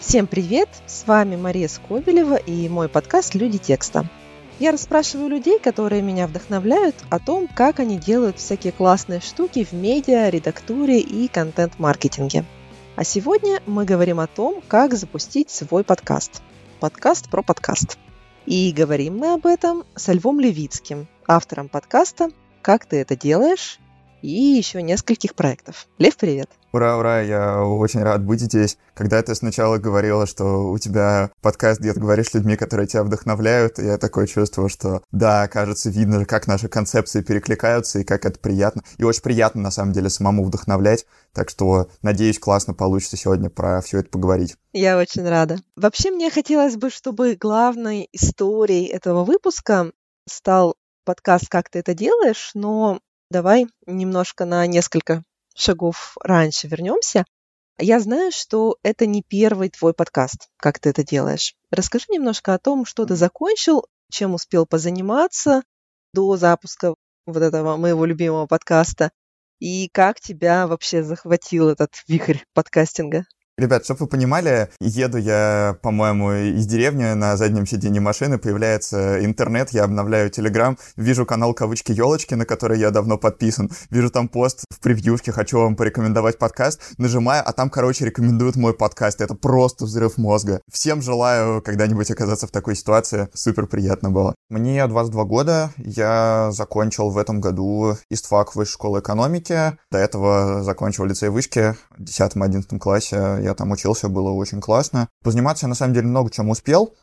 Всем привет! С вами Мария Скобелева и мой подкаст «Люди текста». Я расспрашиваю людей, которые меня вдохновляют, о том, как они делают всякие классные штуки в медиа, редактуре и контент-маркетинге. А сегодня мы говорим о том, как запустить свой подкаст. Подкаст про подкаст. И говорим мы об этом со Львом Левицким, автором подкаста «Как ты это делаешь?» и еще нескольких проектов. Лев, привет! Ура, я очень рад быть здесь. Когда ты сначала говорила, что у тебя подкаст, где ты говоришь с людьми, которые тебя вдохновляют, я такое чувство, что да, кажется, видно, как наши концепции перекликаются и как это приятно. И очень приятно, на самом деле, самому вдохновлять. Так что, надеюсь, классно получится сегодня про все это поговорить. Я очень рада. Вообще, мне хотелось бы, чтобы главной историей этого выпуска стал подкаст «Как ты это делаешь?», но давай немножко на несколько шагов раньше вернемся. Я знаю, что это не первый твой подкаст, как ты это делаешь. Расскажи немножко о том, что ты закончил, чем успел позаниматься до запуска вот этого моего любимого подкаста, и как тебя вообще захватил этот вихрь подкастинга. Ребят, чтобы вы понимали, еду я, по-моему, из деревни, на заднем сиденье машины, появляется интернет, я обновляю Telegram, вижу канал «Кавычки Ёлочки», на который я давно подписан, вижу там пост в превьюшке, хочу вам порекомендовать подкаст, нажимаю, а там, рекомендуют мой подкаст, это просто взрыв мозга. Всем желаю когда-нибудь оказаться в такой ситуации, супер приятно было. Мне 22 года, я закончил в этом году ИСТФАК Высшей школы экономики, до этого закончил лицей вышки в 10-11 классе, я там учился, было очень классно. Позаниматься я, на самом деле, много чем успел.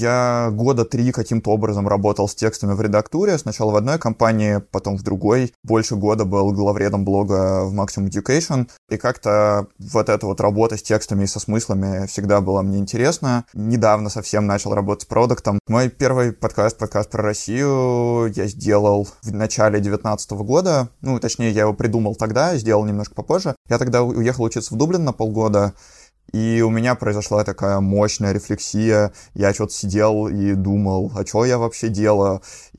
Я 3 года каким-то образом работал с текстами в редактуре. Сначала в одной компании, потом в другой. Больше года был главредом блога в Maximum Education. И как-то вот эта вот работа с текстами и со смыслами всегда была мне интересна. Недавно совсем начал работать с продуктом. Мой первый подкаст про Россию, я сделал в начале 2019 года. Точнее, я его придумал тогда, сделал немножко попозже. Я тогда уехал учиться в Дублин на полгода. И у меня произошла такая мощная рефлексия. Я что-то сидел и думал, а что я вообще делаю?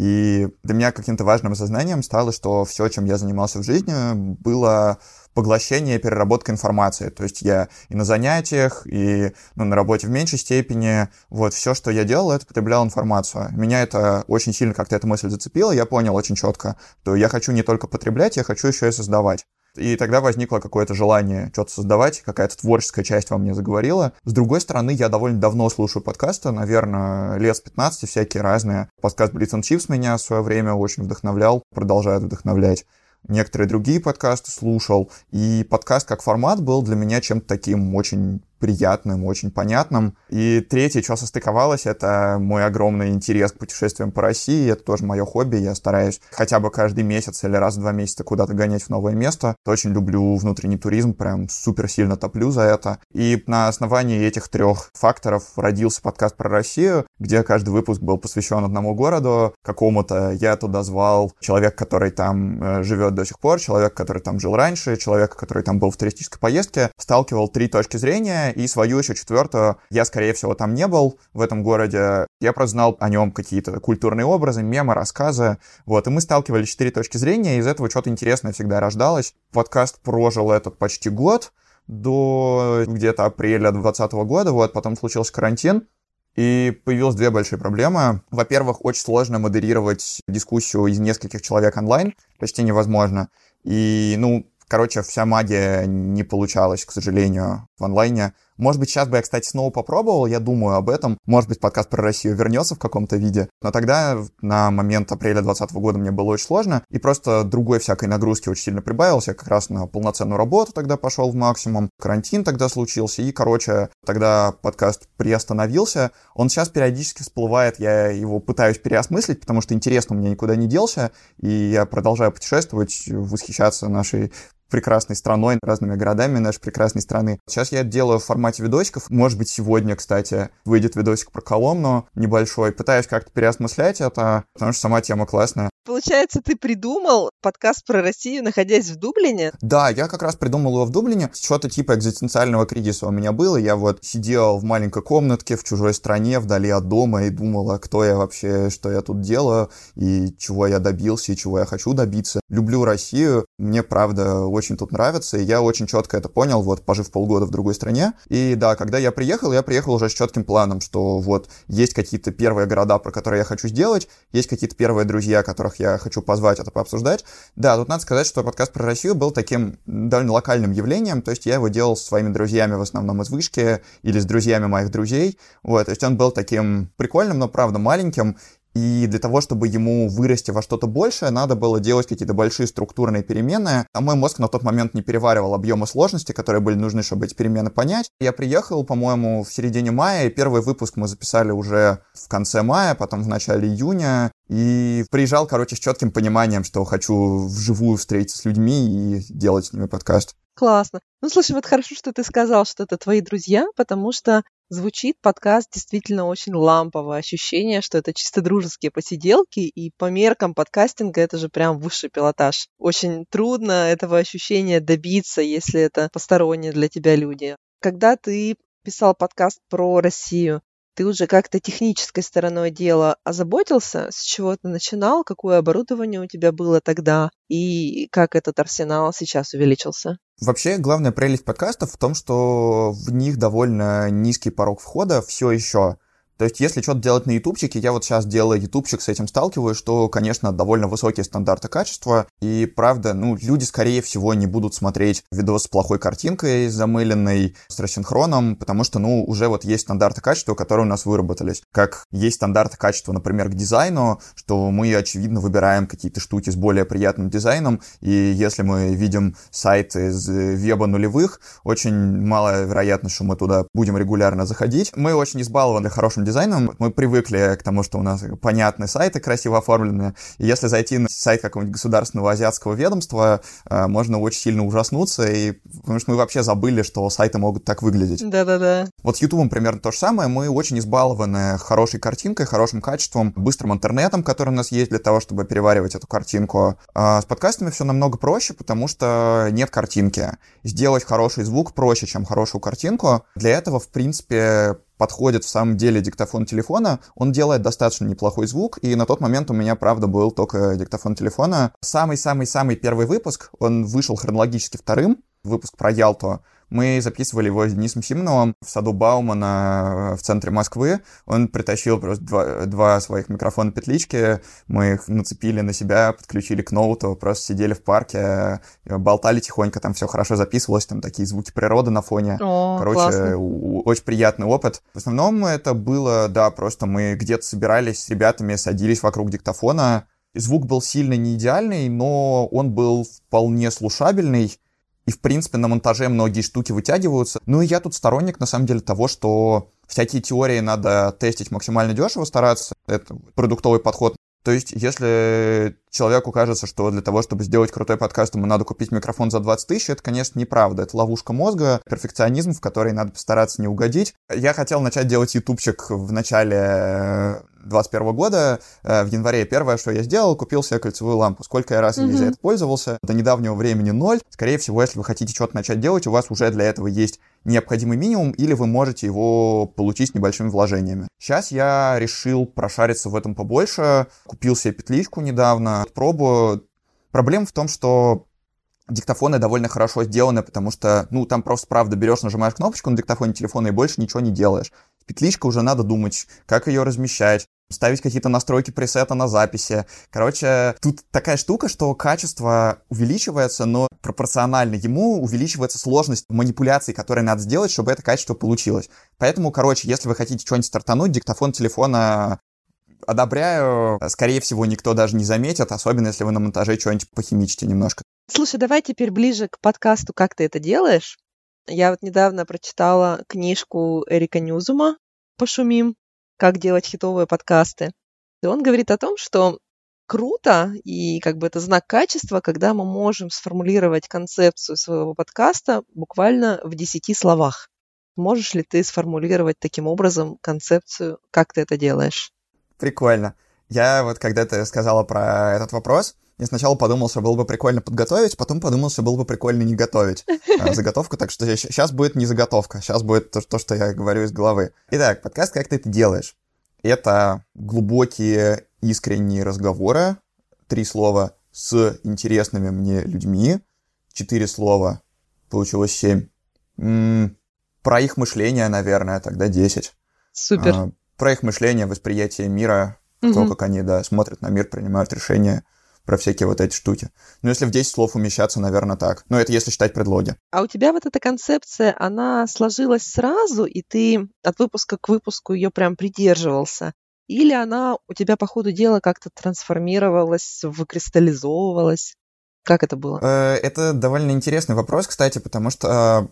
И для меня каким-то важным осознанием стало, что все, чем я занимался в жизни, было поглощение и переработка информации. То есть я и на занятиях, и на работе в меньшей степени. Все, что я делал, это потреблял информацию. Меня это очень сильно как-то эта мысль зацепила. Я понял очень четко, что я хочу не только потреблять, я хочу еще и создавать. И тогда возникло какое-то желание что-то создавать, какая-то творческая часть во мне заговорила. С другой стороны, я довольно давно слушаю подкасты, наверное, лет с 15, всякие разные. Подкаст Blitz and Chips меня в свое время очень вдохновлял, продолжает вдохновлять. Некоторые другие подкасты слушал, и подкаст как формат был для меня чем-то таким очень приятным, очень понятным. И третье, что состыковалось, это мой огромный интерес к путешествиям по России. Это тоже мое хобби. Я стараюсь хотя бы каждый месяц или раз в 2 месяца куда-то гонять в новое место. Очень люблю внутренний туризм, прям супер сильно топлю за это. И на основании этих 3 факторов родился подкаст про Россию, где каждый выпуск был посвящен одному городу, какому-то. Я туда звал человека, который там живет до сих пор, человека, который там жил раньше, человека, который там был в туристической поездке. Сталкивал 3 точки зрения, и свою еще 4-ю. Я, скорее всего, там не был, в этом городе. Я просто знал о нем какие-то культурные образы, мемы, рассказы. И мы сталкивали 4 точки зрения, и из этого что-то интересное всегда рождалось. Подкаст прожил этот почти год, до где-то апреля 2020 года. Потом случился карантин, и появилось 2 большие проблемы. Во-первых, очень сложно модерировать дискуссию из нескольких человек онлайн, почти невозможно. И, вся магия не получалась, к сожалению, в онлайне. Может быть, сейчас бы я, кстати, снова попробовал, я думаю об этом. Может быть, подкаст про Россию вернется в каком-то виде. Но тогда, на момент апреля 2020 года, мне было очень сложно. И просто другой всякой нагрузки очень сильно прибавилось. Я как раз на полноценную работу тогда пошел в максимум. Карантин тогда случился. И, тогда подкаст приостановился. Он сейчас периодически всплывает. Я его пытаюсь переосмыслить, потому что интересно у меня никуда не делся. И я продолжаю путешествовать, восхищаться нашей прекрасной страной, разными городами нашей прекрасной страны. Сейчас я это делаю в формате видосиков. Может быть, сегодня, кстати, выйдет видосик про Коломну небольшой. Пытаюсь как-то переосмыслять это, потому что сама тема классная. Получается, ты придумал подкаст про Россию, находясь в Дублине? Да, я как раз придумал его в Дублине. Что-то типа экзистенциального кризиса у меня было. Я сидел в маленькой комнатке в чужой стране, вдали от дома, и думал, а кто я вообще, что я тут делаю, и чего я добился, и чего я хочу добиться. Люблю Россию. Мне, правда, очень тут нравится, и я очень четко это понял, вот, пожив полгода в другой стране. И да, когда я приехал уже с четким планом, что вот есть какие-то первые города, про которые я хочу сделать, есть какие-то первые друзья, которых я хочу позвать, это пообсуждать. Да, тут надо сказать, что подкаст про Россию был таким довольно локальным явлением, то есть я его делал со своими друзьями в основном из вышки или с друзьями моих друзей, вот, то есть он был таким прикольным, но, правда, маленьким, и для того, чтобы ему вырасти во что-то большее, надо было делать какие-то большие структурные перемены. А мой мозг на тот момент не переваривал объемы сложности, которые были нужны, чтобы эти перемены понять. Я приехал, по-моему, в середине мая, и первый выпуск мы записали уже в конце мая, потом в начале июня. И приезжал, короче, с четким пониманием, что хочу вживую встретиться с людьми и делать с ними подкаст. Классно. Ну, слушай, вот хорошо, что ты сказал, что это твои друзья, потому что звучит подкаст действительно очень лампово. Ощущение, что это чисто дружеские посиделки, и по меркам подкастинга это же прям высший пилотаж. Очень трудно этого ощущения добиться, если это посторонние для тебя люди. Когда ты писал подкаст про Россию, ты уже как-то технической стороной дела озаботился? С чего ты начинал? Какое оборудование у тебя было тогда? И как этот арсенал сейчас увеличился? Вообще, главная прелесть подкастов в том, что в них довольно низкий порог входа все еще. То есть, если что-то делать на ютубчике, я вот сейчас делаю ютубчик, с этим сталкиваюсь, что, конечно, довольно высокие стандарты качества, и, правда, люди, скорее всего, не будут смотреть видос с плохой картинкой, замыленной, с рассинхроном, потому что, уже вот есть стандарты качества, которые у нас выработались. Как есть стандарты качества, например, к дизайну, что мы, очевидно, выбираем какие-то штуки с более приятным дизайном, и если мы видим сайт из веба нулевых, очень маловероятно, что мы туда будем регулярно заходить. Мы очень избалованы хорошим дизайном. Мы привыкли к тому, что у нас понятные сайты, красиво оформленные. И если зайти на сайт какого-нибудь государственного азиатского ведомства, можно очень сильно ужаснуться, потому что мы вообще забыли, что сайты могут так выглядеть. Да-да-да. Вот с Ютубом примерно то же самое. Мы очень избалованы хорошей картинкой, хорошим качеством, быстрым интернетом, который у нас есть для того, чтобы переваривать эту картинку. А с подкастами все намного проще, потому что нет картинки. Сделать хороший звук проще, чем хорошую картинку. Для этого, в принципе, подходит в самом деле диктофон телефона, он делает достаточно неплохой звук, и на тот момент у меня, правда, был только диктофон телефона. Самый-самый-самый первый выпуск, он вышел хронологически вторым, выпуск про Ялту. Мы записывали его с Денисом Симоновым в саду Баумана в центре Москвы. Он притащил просто два своих микрофона-петлички, мы их нацепили на себя, подключили к ноуту, просто сидели в парке, болтали тихонько, там все хорошо записывалось, там такие звуки природы на фоне. Короче, очень приятный опыт. В основном это было, да, просто мы где-то собирались с ребятами, садились вокруг диктофона. Звук был сильно не идеальный, но он был вполне слушабельный. И, в принципе, на монтаже многие штуки вытягиваются. И я тут сторонник, на самом деле, того, что всякие теории надо тестить максимально дешево, стараться. Это продуктовый подход. То есть, если человеку кажется, что для того, чтобы сделать крутой подкаст, ему надо купить микрофон за 20 тысяч, это, конечно, неправда. Это ловушка мозга, перфекционизм, в который надо постараться не угодить. Я хотел начать делать ютубчик в начале 2021 года. В январе первое, что я сделал, купил себе кольцевую лампу. Сколько я раз за это пользовался? До недавнего времени 0. Скорее всего, если вы хотите что-то начать делать, у вас уже для этого есть необходимый минимум, или вы можете его получить с небольшими вложениями. Сейчас я решил прошариться в этом побольше. Купил себе петличку недавно. Пробую. Проблема в том, что диктофоны довольно хорошо сделаны, потому что, там просто, правда, берешь, нажимаешь кнопочку на диктофоне телефона и больше ничего не делаешь. Петличка уже надо думать, как ее размещать, ставить какие-то настройки пресета на записи. Короче, тут такая штука, что качество увеличивается, но пропорционально ему увеличивается сложность манипуляций, которые надо сделать, чтобы это качество получилось. Поэтому, если вы хотите что-нибудь стартануть, диктофон телефона одобряю. Скорее всего, никто даже не заметит, особенно если вы на монтаже что-нибудь похимичите немножко. Слушай, давай теперь ближе к подкасту «Как ты это делаешь?». Я вот недавно прочитала книжку Эрика Ньюзума «Пошумим. Как делать хитовые подкасты». И он говорит о том, что круто, и это знак качества, когда мы можем сформулировать концепцию своего подкаста буквально в 10 словах. Можешь ли ты сформулировать таким образом концепцию «Как ты это делаешь?» Прикольно. Я вот когда ты сказала про этот вопрос, я сначала подумал, что было бы прикольно подготовить, потом подумал, что было бы прикольно не готовить заготовку, так что сейчас будет не заготовка, сейчас будет то, что я говорю из головы. Итак, подкаст «Как ты это делаешь?» Это глубокие, искренние разговоры, 3 слова, с интересными мне людьми, 4 слова. Получилось 7. Про их мышление, наверное, тогда 10. Супер. Про их мышление, восприятие мира, то, как они, смотрят на мир, принимают решения, про всякие вот эти штуки. Ну, если в 10 слов умещаться, наверное, так. Ну, это если считать предлоги. А у тебя вот эта концепция, она сложилась сразу, и ты от выпуска к выпуску ее прям придерживался? Или она у тебя по ходу дела как-то трансформировалась, выкристаллизовывалась? Как это было? Это довольно интересный вопрос, кстати, потому что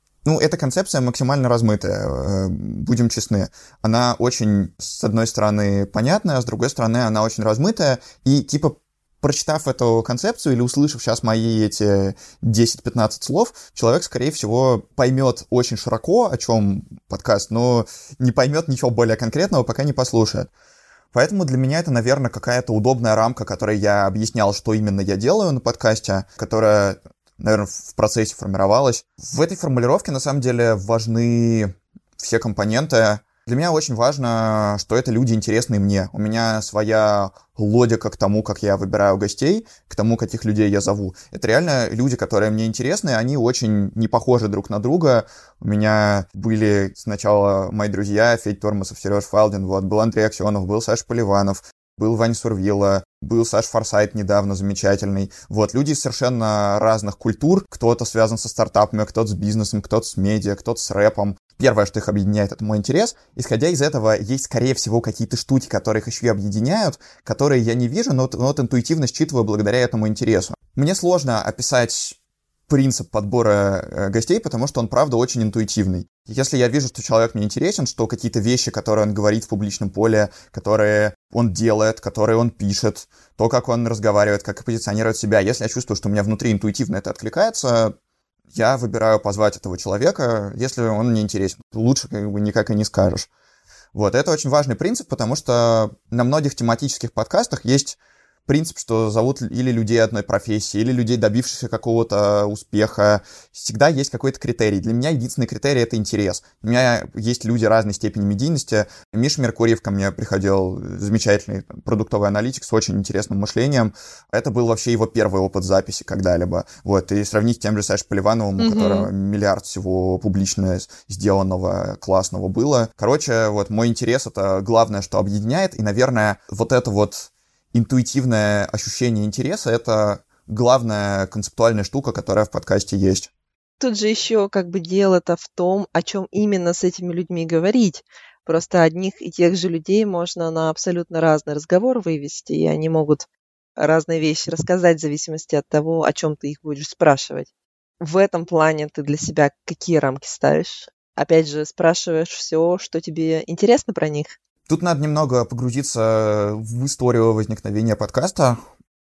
эта концепция максимально размытая, будем честны. Она очень, с одной стороны, понятная, а с другой стороны, она очень размытая. И, прочитав эту концепцию или услышав сейчас мои эти 10-15 слов, человек, скорее всего, поймет очень широко, о чем подкаст, но не поймет ничего более конкретного, пока не послушает. Поэтому для меня это, наверное, какая-то удобная рамка, которой я объяснял, что именно я делаю на подкасте, которая, наверное, в процессе формировалась. В этой формулировке, на самом деле, важны все компоненты. Для меня очень важно, что это люди интересные мне. У меня своя логика к тому, как я выбираю гостей, к тому, каких людей я зову. Это реально люди, которые мне интересны, они очень не похожи друг на друга. У меня были сначала мои друзья Федь Тормасов, Сереж Фалдин, был Андрей Аксенов, был Саша Поливанов, был Ваня Сурвилла, был Саш Форсайт недавно замечательный. Люди из совершенно разных культур. Кто-то связан со стартапами, кто-то с бизнесом, кто-то с медиа, кто-то с рэпом. Первое, что их объединяет, это мой интерес. Исходя из этого, есть, скорее всего, какие-то штуки, которые их еще и объединяют, которые я не вижу, но интуитивно считываю благодаря этому интересу. Мне сложно описать принцип подбора гостей, потому что он, правда, очень интуитивный. Если я вижу, что человек мне интересен, что какие-то вещи, которые он говорит в публичном поле, которые он делает, которые он пишет, то, как он разговаривает, как позиционирует себя, если я чувствую, что у меня внутри интуитивно это откликается, я выбираю позвать этого человека, если он мне интересен. Лучше никак и не скажешь. Это очень важный принцип, потому что на многих тематических подкастах есть принцип, что зовут или людей одной профессии, или людей, добившихся какого-то успеха. Всегда есть какой-то критерий. Для меня единственный критерий — это интерес. У меня есть люди разной степени медийности. Миша Меркурьев ко мне приходил, замечательный продуктовый аналитик с очень интересным мышлением. Это был вообще его первый опыт записи когда-либо. И сравнить с тем же Сашей Поливановым, у которого миллиард всего публично сделанного, классного было. Короче, мой интерес — это главное, что объединяет. И, наверное, это интуитивное ощущение интереса — это главная концептуальная штука, которая в подкасте есть. Тут же еще дело-то в том, о чем именно с этими людьми говорить. Просто одних и тех же людей можно на абсолютно разный разговор вывести, и они могут разные вещи рассказать в зависимости от того, о чем ты их будешь спрашивать. В этом плане ты для себя какие рамки ставишь? Опять же, спрашиваешь все, что тебе интересно про них? Тут надо немного погрузиться в историю возникновения подкаста.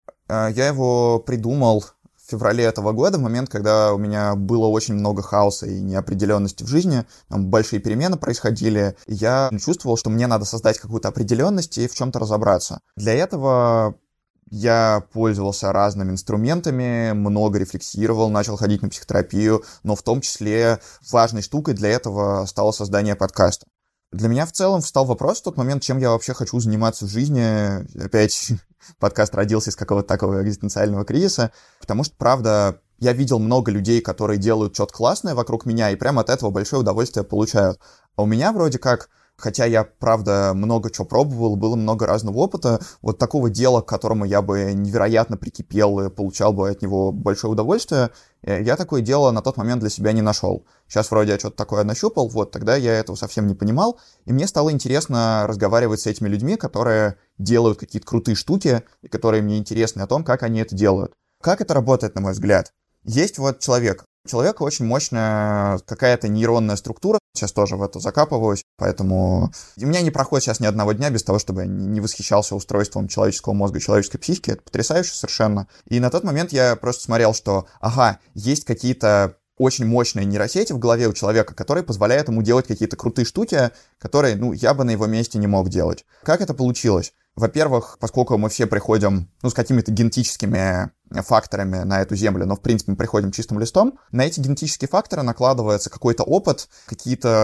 Я его придумал в феврале этого года, в момент, когда у меня было очень много хаоса и неопределенности в жизни, там большие перемены происходили, и я чувствовал, что мне надо создать какую-то определенность и в чем-то разобраться. Для этого я пользовался разными инструментами, много рефлексировал, начал ходить на психотерапию, но в том числе важной штукой для этого стало создание подкаста. Для меня в целом встал вопрос в тот момент, чем я вообще хочу заниматься в жизни. Опять подкаст родился из какого-то такого экзистенциального кризиса, потому что, правда, я видел много людей, которые делают что-то классное вокруг меня, и прямо от этого большое удовольствие получают. А у меня вроде как, хотя я, правда, много чего пробовал, было много разного опыта, такого дела, к которому я бы невероятно прикипел и получал бы от него большое удовольствие, я такое дело на тот момент для себя не нашел. Сейчас вроде я что-то такое нащупал, тогда я этого совсем не понимал, и мне стало интересно разговаривать с этими людьми, которые делают какие-то крутые штуки, и которые мне интересны о том, как они это делают. Как это работает, на мой взгляд? Есть человек. У человека очень мощная какая-то нейронная структура. Сейчас тоже в это закапываюсь, поэтому у меня не проходит сейчас ни одного дня без того, чтобы я не восхищался устройством человеческого мозга, человеческой психики. Это потрясающе совершенно. И на тот момент я просто смотрел, что, есть какие-то очень мощные нейросети в голове у человека, которые позволяют ему делать какие-то крутые штуки, которые, я бы на его месте не мог делать. Как это получилось? Во-первых, поскольку мы все приходим, с какими-то генетическими факторами на эту землю, но, в принципе, мы приходим чистым листом, на эти генетические факторы накладывается какой-то опыт, какие-то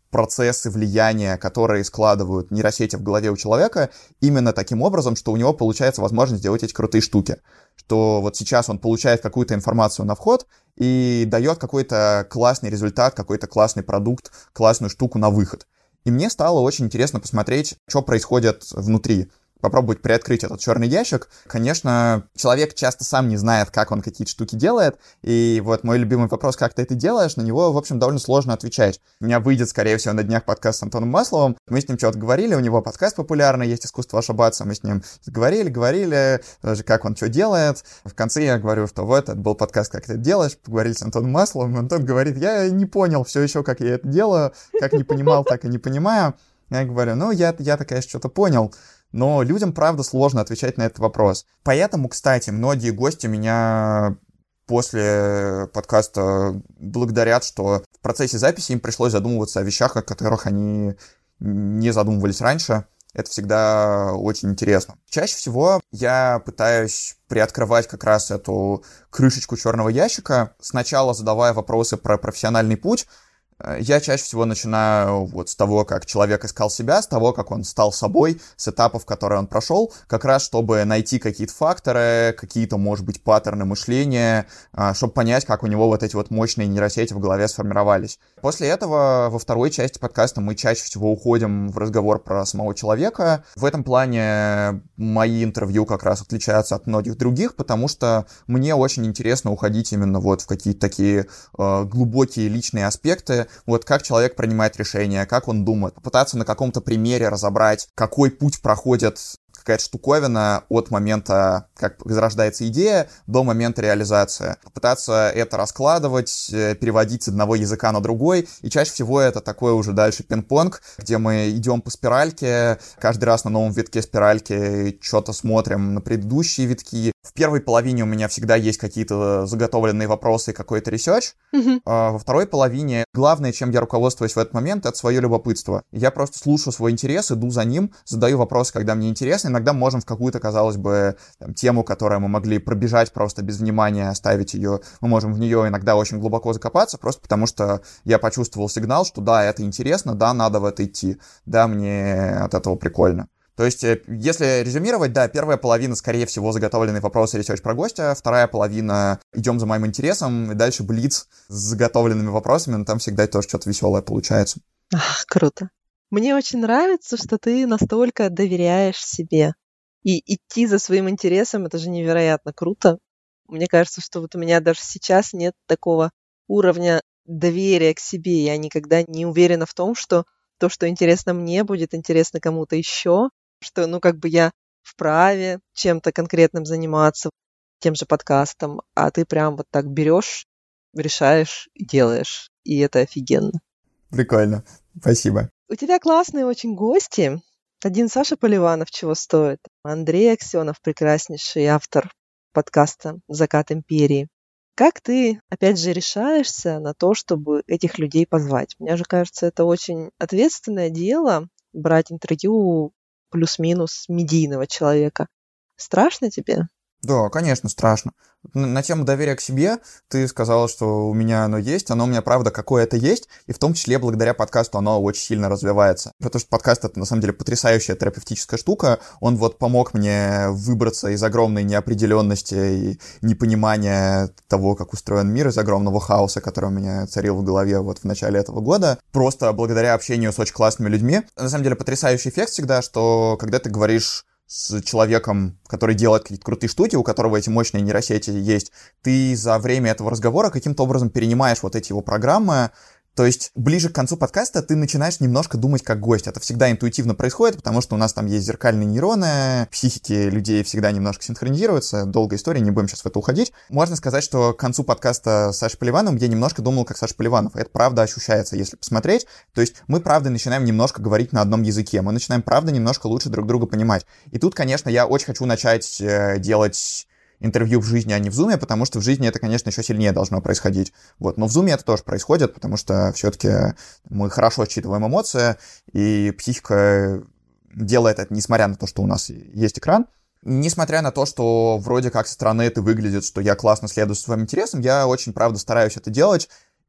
процессы влияния, которые складывают нейросети в голове у человека, именно таким образом, что у него получается возможность сделать эти крутые штуки. Что вот сейчас он получает какую-то информацию на вход и дает какой-то классный результат, какой-то классный продукт, классную штуку на выход. И мне стало очень интересно посмотреть, что происходит внутри. Попробовать приоткрыть этот черный ящик. Конечно, человек часто сам не знает, как он какие-то штуки делает, и вот мой любимый вопрос, как ты это делаешь, на него, в общем, довольно сложно отвечать. У меня выйдет, скорее всего, на днях подкаст с Антоном Масловым, мы с ним что-то говорили, у него подкаст популярный, есть «Искусство ошибаться», мы с ним говорили, даже как он что делает. В конце я говорю, что вот, это был подкаст «Как ты это делаешь», поговорили с Антоном Масловым, и Антон говорит, я не понял все еще, как я это делаю, как не понимал, так и не понимаю. Я говорю, ну, я-то, конечно, что-то понял. Но людям, правда, сложно отвечать на этот вопрос. Поэтому, кстати, многие гости меня после подкаста благодарят, что в процессе записи им пришлось задумываться о вещах, о которых они не задумывались раньше. Это всегда очень интересно. Чаще всего я пытаюсь приоткрывать как раз эту крышечку черного ящика, сначала задавая вопросы про профессиональный путь. Я чаще всего начинаю вот с того, как человек искал себя, с того, как он стал собой, с этапов, которые он прошел, как раз чтобы найти какие-то факторы, какие-то, может быть, паттерны мышления, чтобы понять, как у него вот эти вот мощные нейросети в голове сформировались. После этого во второй части подкаста мы чаще всего уходим в разговор про самого человека. В этом плане мои интервью как раз отличаются от многих других, потому что мне очень интересно уходить именно вот в какие-то такие глубокие личные аспекты, вот как человек принимает решения, как он думает, попытаться на каком-то примере разобрать, какой путь проходит какая-то штуковина от момента, как зарождается идея, до момента реализации. Попытаться это раскладывать, переводить с одного языка на другой, и чаще всего это такой уже дальше пинг-понг, где мы идем по спиральке, каждый раз на новом витке спиральки что-то смотрим на предыдущие витки. В первой половине у меня всегда есть какие-то заготовленные вопросы и какой-то ресерч. А во второй половине главное, чем я руководствуюсь в этот момент, это свое любопытство. Я просто слушаю свой интерес, иду за ним, задаю вопросы, когда мне интересно. Иногда можем в какую-то, казалось бы, тему, которую мы могли пробежать просто без внимания, оставить ее, мы можем в нее иногда очень глубоко закопаться, просто потому что я почувствовал сигнал, что да, это интересно, да, надо в это идти, да, мне от этого прикольно. То есть, если резюмировать, да, первая половина, скорее всего, заготовленные вопросы, ресерч про гостя, вторая половина идем за моим интересом, и дальше блиц с заготовленными вопросами, но там всегда тоже что-то веселое получается. Круто. Мне очень нравится, что ты настолько доверяешь себе. И идти за своим интересом — это же невероятно круто. Мне кажется, что вот у меня даже сейчас нет такого уровня доверия к себе. Я никогда не уверена в том, что то, что интересно мне, будет интересно кому-то еще, что, я вправе чем-то конкретным заниматься, тем же подкастом, а ты прям вот так берешь, решаешь и делаешь. И это офигенно. Прикольно. Спасибо. У тебя классные очень гости. Один Саша Поливанов чего стоит. Андрей Аксенов, прекраснейший автор подкаста «Закат империи». Как ты, опять же, решаешься на то, чтобы этих людей позвать? Мне же кажется, это очень ответственное дело — брать интервью плюс-минус медийного человека. Страшно тебе? Да, конечно, страшно. На тему доверия к себе ты сказала, что у меня оно есть, оно у меня, правда, какое-то есть, и в том числе благодаря подкасту оно очень сильно развивается. Потому что подкаст — это, на самом деле, потрясающая терапевтическая штука. Он вот помог мне выбраться из огромной неопределенности и непонимания того, как устроен мир, из огромного хаоса, который у меня царил в голове вот в начале этого года. Просто благодаря общению с очень классными людьми. На самом деле, потрясающий эффект всегда, что когда ты говоришь с человеком, который делает какие-то крутые штуки, у которого эти мощные нейросети есть, ты за время этого разговора каким-то образом перенимаешь вот эти его программы. То есть ближе к концу подкаста ты начинаешь немножко думать как гость. Это всегда интуитивно происходит, потому что у нас там есть зеркальные нейроны, психики людей всегда немножко синхронизируются. Долгая история, не будем сейчас в это уходить. Можно сказать, что к концу подкаста с Сашей Поливановым я немножко думал как Саша Поливанов. Это правда ощущается, если посмотреть. То есть мы правда начинаем немножко говорить на одном языке. Мы начинаем правда немножко лучше друг друга понимать. И тут, конечно, я очень хочу начать делать интервью в жизни, а не в зуме, потому что в жизни это, конечно, еще сильнее должно происходить. Вот. Но в зуме это тоже происходит, потому что все-таки мы хорошо считываем эмоции, и психика делает это, несмотря на то, что у нас есть экран. Несмотря на то, что вроде как со стороны это выглядит, что я классно следую своим интересам, я очень, правда, стараюсь это делать.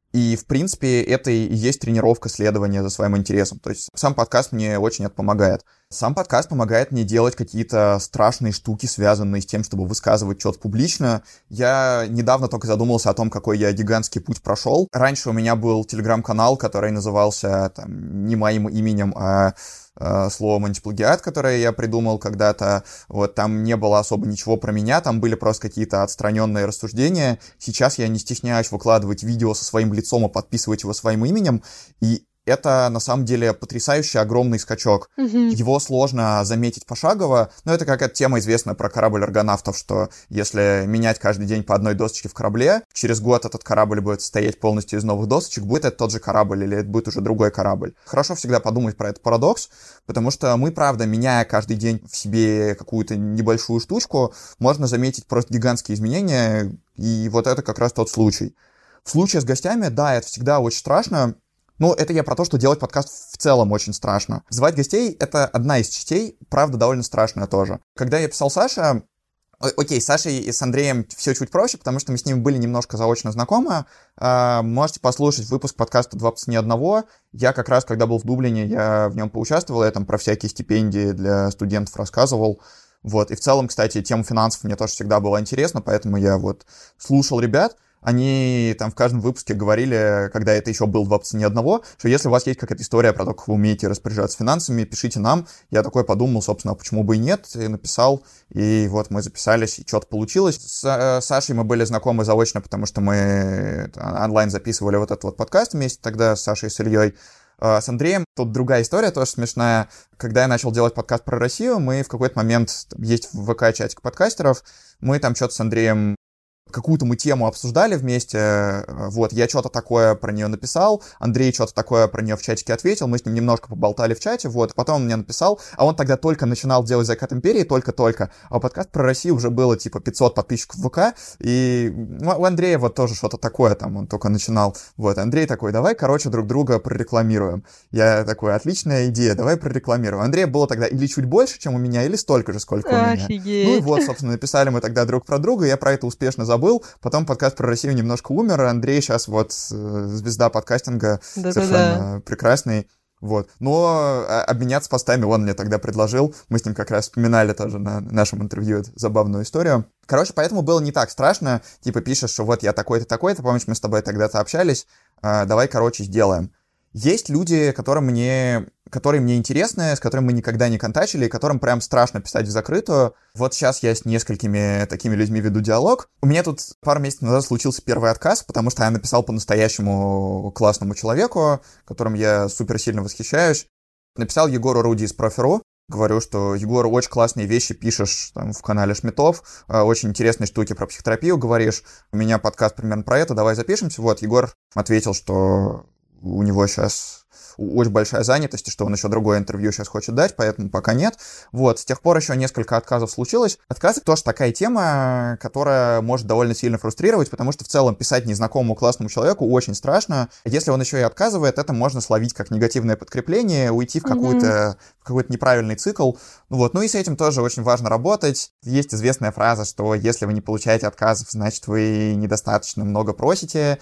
И, в принципе, это и есть тренировка следования за своим интересом. То есть сам подкаст мне очень это помогает. Сам подкаст помогает мне делать какие-то страшные штуки, связанные с тем, чтобы высказывать что-то публично. Я недавно только задумался о том, какой я гигантский путь прошел. Раньше у меня был телеграм-канал, который назывался там, не моим именем, а словом антиплагиат, которое я придумал когда-то. Вот, там не было особо ничего про меня, там были просто какие-то отстраненные рассуждения. Сейчас я не стесняюсь выкладывать видео со своим лицом и подписывать его своим именем, и это, на самом деле, потрясающий огромный скачок. Его сложно заметить пошагово, но это какая-то тема известная про корабль аргонавтов, что если менять каждый день по одной досочке в корабле, через год этот корабль будет состоять полностью из новых досочек, будет это тот же корабль или это будет уже другой корабль. Хорошо всегда подумать про этот парадокс, потому что мы, правда, меняя каждый день в себе какую-то небольшую штучку, можно заметить просто гигантские изменения, и вот это как раз тот случай. В случае с гостями, да, это всегда очень страшно. Ну, это я про то, что делать подкаст в целом очень страшно. Звать гостей — это одна из частей, правда, довольно страшная тоже. Когда я писал Саше... Окей, с Сашей и с Андреем все чуть проще, потому что мы с ними были немножко заочно знакомы. Можете послушать выпуск подкаста «Два по цене одного». Я как раз, когда был в Дублине, я в нем поучаствовал, я там про всякие стипендии для студентов рассказывал. Вот, и в целом, кстати, тема финансов мне тоже всегда была интересна, поэтому я вот слушал ребят. Они там в каждом выпуске говорили, когда это еще был «Два по цене одного», что если у вас есть какая-то история про то, как вы умеете распоряжаться финансами, пишите нам. Я такой подумал, собственно, почему бы и нет, и написал. И вот мы записались, и что-то получилось. С Сашей мы были знакомы заочно, потому что мы онлайн записывали вот этот вот подкаст вместе тогда с Сашей и с Ильей. С Андреем тут другая история, тоже смешная. Когда я начал делать подкаст про Россию, мы в какой-то момент, есть в ВК чатик подкастеров, мы там что-то с Андреем какую-то мы тему обсуждали вместе, вот, я что-то такое про нее написал, Андрей что-то такое про нее в чатике ответил, мы с ним немножко поболтали в чате, вот, потом он мне написал, а он тогда только начинал делать «Закат империи», только-только, а подкаст про Россию уже было, типа, 500 подписчиков в ВК, и у Андрея вот тоже что-то такое там, он только начинал, вот, Андрей такой: давай, короче, друг друга прорекламируем. Я такой: отличная идея, давай прорекламируем. Андрея было тогда или чуть больше, чем у меня, или столько же, сколько у меня. Офигеть. Ну и вот, собственно, написали мы тогда друг про друга, я про это успешно забыл. Потом подкаст про Россию немножко умер, Андрей сейчас вот звезда подкастинга, совершенно прекрасный. Вот. Но обменяться постами он мне тогда предложил. Мы с ним как раз вспоминали тоже на нашем интервью эту забавную историю. Короче, поэтому было не так страшно. Типа пишешь, что вот я такой-то, такой-то, помнишь, мы с тобой тогда-то общались, давай, короче, сделаем. Есть люди, которые мне интересны, с которыми мы никогда не контачили, и которым прям страшно писать в закрытую. Вот сейчас я с несколькими такими людьми веду диалог. У меня тут пару месяцев назад случился первый отказ, потому что я написал по-настоящему классному человеку, которым я супер сильно восхищаюсь. Написал Егору Руди из Профи.ру. Говорю, что: Егор, очень классные вещи пишешь там в канале Шмитов, очень интересные штуки про психотерапию говоришь. У меня подкаст примерно про это, давай запишемся. Вот, Егор ответил, что у него сейчас очень большая занятость, и что он еще другое интервью сейчас хочет дать, поэтому пока нет. Вот, с тех пор еще несколько отказов случилось. Отказы тоже такая тема, которая может довольно сильно фрустрировать, потому что в целом писать незнакомому классному человеку очень страшно. Если он еще и отказывает, это можно словить как негативное подкрепление, уйти в какой-то неправильный цикл. Вот, ну и с этим тоже очень важно работать. Есть известная фраза, что если вы не получаете отказов, значит, вы недостаточно много просите,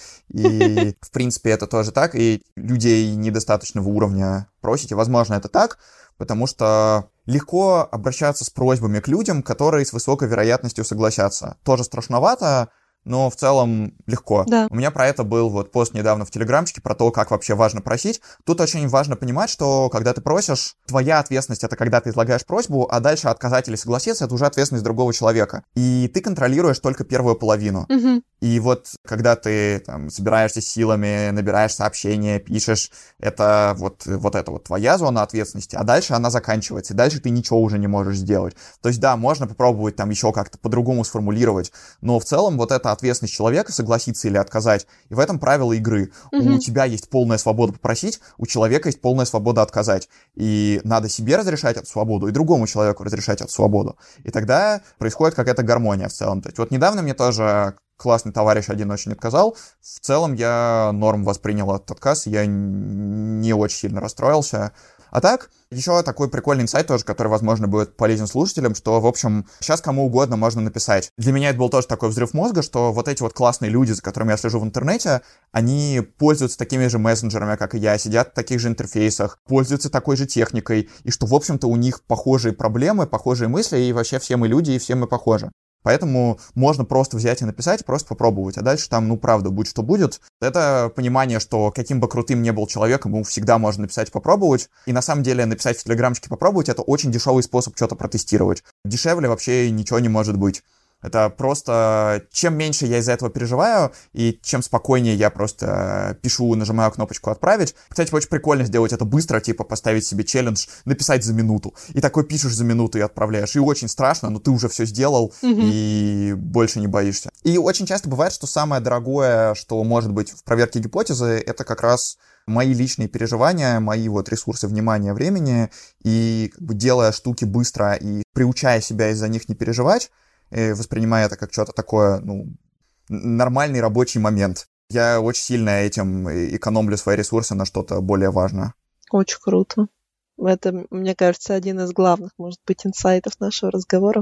и в принципе это тоже так, и людей недостаточного уровня просите. Возможно, это так, потому что легко обращаться с просьбами к людям, которые с высокой вероятностью согласятся. Тоже страшновато, но в целом легко. Да. У меня про это был вот пост недавно в Телеграмчике, про то, как вообще важно просить. Тут очень важно понимать, что когда ты просишь, твоя ответственность — это когда ты излагаешь просьбу, а дальше отказать или согласиться — это уже ответственность другого человека. И ты контролируешь только первую половину. И вот когда ты там собираешься силами, набираешь сообщения, пишешь, это вот это вот твоя зона ответственности, а дальше она заканчивается, и дальше ты ничего уже не можешь сделать. То есть да, можно попробовать там еще как-то по-другому сформулировать, но в целом вот эта ответственность человека — согласиться или отказать, и в этом правило игры. У тебя есть полная свобода попросить, у человека есть полная свобода отказать. И надо себе разрешать эту свободу, и другому человеку разрешать эту свободу. И тогда происходит какая-то гармония в целом. То есть вот недавно мне тоже классный товарищ один очень отказал. В целом я норм воспринял этот отказ, я не очень сильно расстроился. А так, еще такой прикольный инсайт тоже, который, возможно, будет полезен слушателям, что, в общем, сейчас кому угодно можно написать. Для меня это был тоже такой взрыв мозга, что вот эти вот классные люди, за которыми я слежу в интернете, они пользуются такими же мессенджерами, как и я, сидят в таких же интерфейсах, пользуются такой же техникой, и что, в общем-то, у них похожие проблемы, похожие мысли, и вообще все мы люди, и все мы похожи. Поэтому можно просто взять и написать, просто попробовать. А дальше там, ну, правда, будь что будет. Это понимание, что каким бы крутым ни был человек, ему всегда можно написать попробовать. И на самом деле написать в телеграмчике попробовать — это очень дешевый способ что-то протестировать. Дешевле вообще ничего не может быть. Это просто чем меньше я из-за этого переживаю, и чем спокойнее я просто пишу, нажимаю кнопочку «Отправить». Кстати, очень прикольно сделать это быстро, типа поставить себе челлендж, написать за минуту. И такой пишешь за минуту и отправляешь. И очень страшно, но ты уже все сделал, и больше не боишься. И очень часто бывает, что самое дорогое, что может быть в проверке гипотезы, это как раз мои личные переживания, мои вот ресурсы внимания, времени. И как бы делая штуки быстро и приучая себя из-за них не переживать, воспринимая это как что-то такое, ну, нормальный рабочий момент. Я очень сильно этим экономлю свои ресурсы на что-то более важное. Очень круто. Это, мне кажется, один из главных, может быть, инсайтов нашего разговора.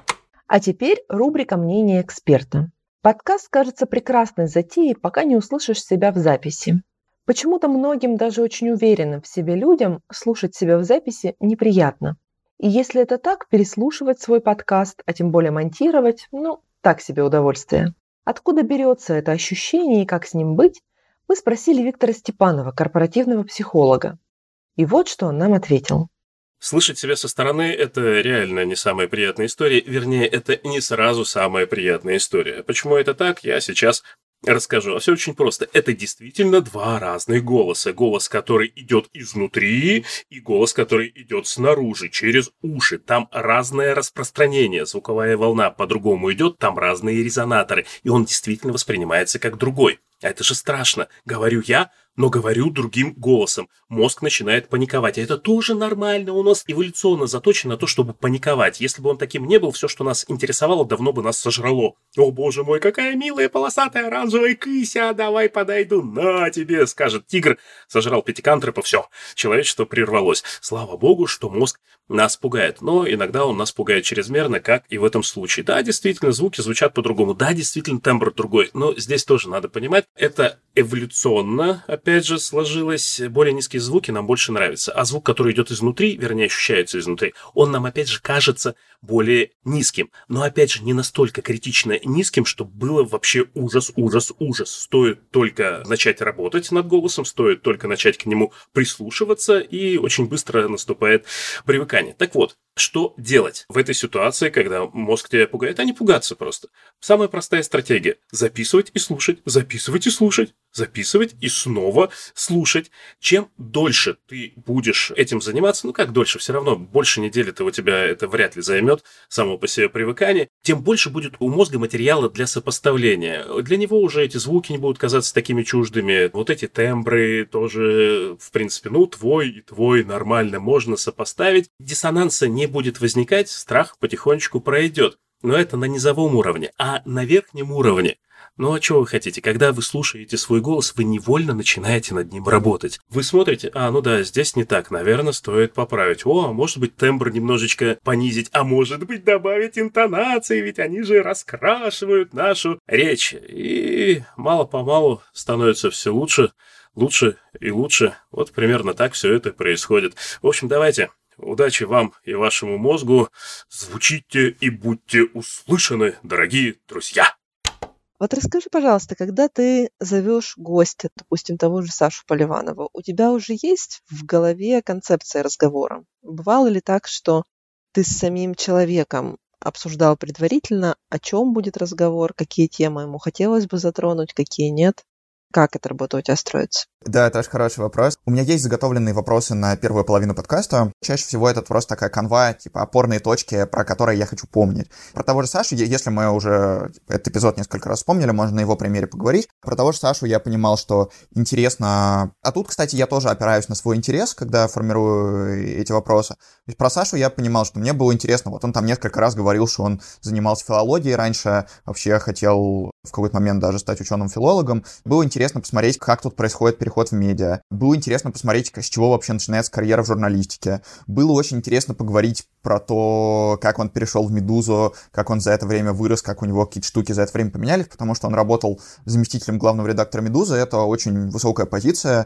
А теперь рубрика «Мнение эксперта». Подкаст кажется прекрасной затеей, пока не услышишь себя в записи. Почему-то многим, даже очень уверенным в себе людям, слушать себя в записи неприятно. И если это так, переслушивать свой подкаст, а тем более монтировать, ну, так себе удовольствие. Откуда берется это ощущение и как с ним быть, мы спросили Виктора Степанова, корпоративного психолога. И вот что он нам ответил. Слышать себя со стороны – это реально не самая приятная история, вернее, это не сразу самая приятная история. Почему это так, я сейчас расскажу. А все очень просто. Это действительно два разных голоса. Голос, который идет изнутри, и голос, который идет снаружи, через уши. Там разное распространение. Звуковая волна по-другому идет, там разные резонаторы. И он действительно воспринимается как другой. А это же страшно. Говорю я, но говорю другим голосом. Мозг начинает паниковать. А это тоже нормально. У нас эволюционно заточено на то, чтобы паниковать. Если бы он таким не был, все, что нас интересовало, давно бы нас сожрало. О, боже мой, какая милая полосатая оранжевая кыся, давай подойду. На тебе, скажет тигр. Сожрал пятикантропа, все. Человечество прервалось. Слава богу, что мозг нас пугает. Но иногда он нас пугает чрезмерно, как и в этом случае. Да, действительно, звуки звучат по-другому. Да, действительно, тембр другой. Но здесь тоже надо понимать, это эволюционно, опять же, сложилось. Более низкие звуки нам больше нравятся. А звук, который идет изнутри, вернее, ощущается изнутри, он нам, опять же, кажется более низким. Но, опять же, не настолько критично низким, чтобы было вообще ужас, ужас, ужас. Стоит только начать работать над голосом, стоит только начать к нему прислушиваться, и очень быстро наступает привыкание. Так вот, что делать в этой ситуации, когда мозг тебя пугает? А не пугаться просто. Самая простая стратегия – записывать и слушать, записывать и слушать, записывать и снова слушать. Чем дольше ты будешь этим заниматься, ну как дольше, все равно больше недели-то у тебя это вряд ли займет, само по себе привыкание, тем больше будет у мозга материала для сопоставления. Для него уже эти звуки не будут казаться такими чуждыми, вот эти тембры тоже, в принципе, ну твой и твой нормально можно сопоставить. Диссонанса не будет возникать, страх потихонечку пройдет. Но это на низовом уровне, а на верхнем уровне. Ну а что вы хотите? Когда вы слушаете свой голос, вы невольно начинаете над ним работать. Вы смотрите, ну да, здесь не так, наверное, стоит поправить. А может быть тембр немножечко понизить, а может быть добавить интонации, ведь они же раскрашивают нашу речь. И мало-помалу становится все лучше, лучше и лучше. Вот примерно так все это происходит. В общем, давайте. Удачи вам и вашему мозгу. Звучите и будьте услышаны, дорогие друзья. Вот расскажи, пожалуйста, когда ты зовешь гостя, допустим, того же Сашу Поливанова, у тебя уже есть в голове концепция разговора? Бывало ли так, что ты с самим человеком обсуждал предварительно, о чем будет разговор, какие темы ему хотелось бы затронуть, какие нет? Как эта работа у тебя строится? Да, это очень хороший вопрос. У меня есть заготовленные вопросы на первую половину подкаста. Чаще всего это просто такая канва, типа опорные точки, про которые я хочу помнить. Про того же Сашу, если мы уже этот эпизод несколько раз вспомнили, можно на его примере поговорить. Про того же Сашу я понимал, что интересно... А тут, кстати, я тоже опираюсь на свой интерес, когда формирую эти вопросы. То есть про Сашу я понимал, что мне было интересно. Вот он там несколько раз говорил, что он занимался филологией раньше, вообще хотел в какой-то момент даже стать ученым-филологом. Было интересно посмотреть, как тут происходит переключение переход в медиа. Было интересно посмотреть, с чего вообще начинается карьера в журналистике. Было очень интересно поговорить про то, как он перешел в «Медузу», как он за это время вырос, как у него какие-то штуки за это время поменялись, потому что он работал заместителем главного редактора «Медузы». Это очень высокая позиция,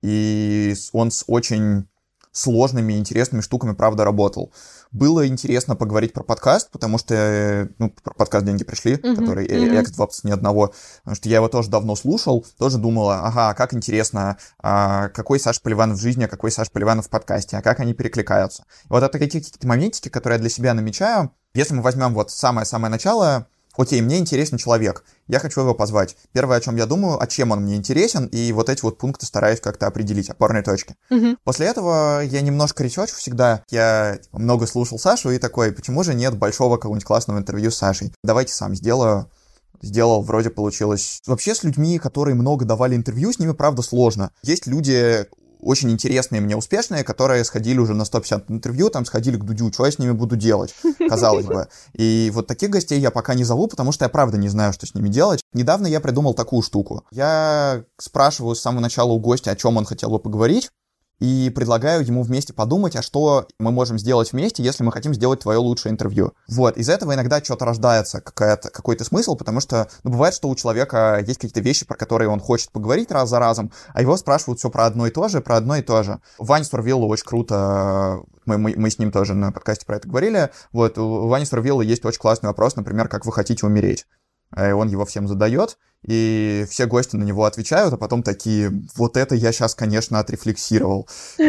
и он с очень сложными и интересными штуками, правда, работал. Было интересно поговорить про подкаст, потому что, про подкаст «Деньги пришли», который X20 ни одного, потому что я его тоже давно слушал, тоже думала, ага, как интересно, какой Саша Поливанов в жизни, а какой Саша Поливанов в подкасте, а как они перекликаются. Вот это какие-то моментики, которые я для себя намечаю. Если мы возьмем вот самое-самое начало, окей, мне интересен человек, я хочу его позвать. Первое, о чем я думаю, о чем он мне интересен, и вот эти вот пункты стараюсь как-то определить, опорные точки. После этого я немножко ресерчу всегда. Я много слушал Сашу и такой, почему же нет большого какого-нибудь классного интервью с Сашей? Давайте сам сделаю. Сделал, вроде получилось. Вообще с людьми, которые много давали интервью, с ними, правда, сложно. Есть люди очень интересные мне, успешные, которые сходили уже на 150 интервью, там сходили к Дудю, что я с ними буду делать, казалось бы. И вот таких гостей я пока не зову, потому что я правда не знаю, что с ними делать. Недавно я придумал такую штуку. Я спрашиваю с самого начала у гостя, о чем он хотел бы поговорить, и предлагаю ему вместе подумать, а что мы можем сделать вместе, если мы хотим сделать твое лучшее интервью. Вот, из этого иногда что-то рождается, какой-то смысл, потому что, бывает, что у человека есть какие-то вещи, про которые он хочет поговорить раз за разом, а его спрашивают все про одно и то же. Ваня Сурвилла очень круто, мы с ним тоже на подкасте про это говорили, вот, у Вани Сурвилла есть очень классный вопрос, например, как вы хотите умереть. И он его всем задает, и все гости на него отвечают, а потом такие, вот это я сейчас, конечно, отрефлексировал.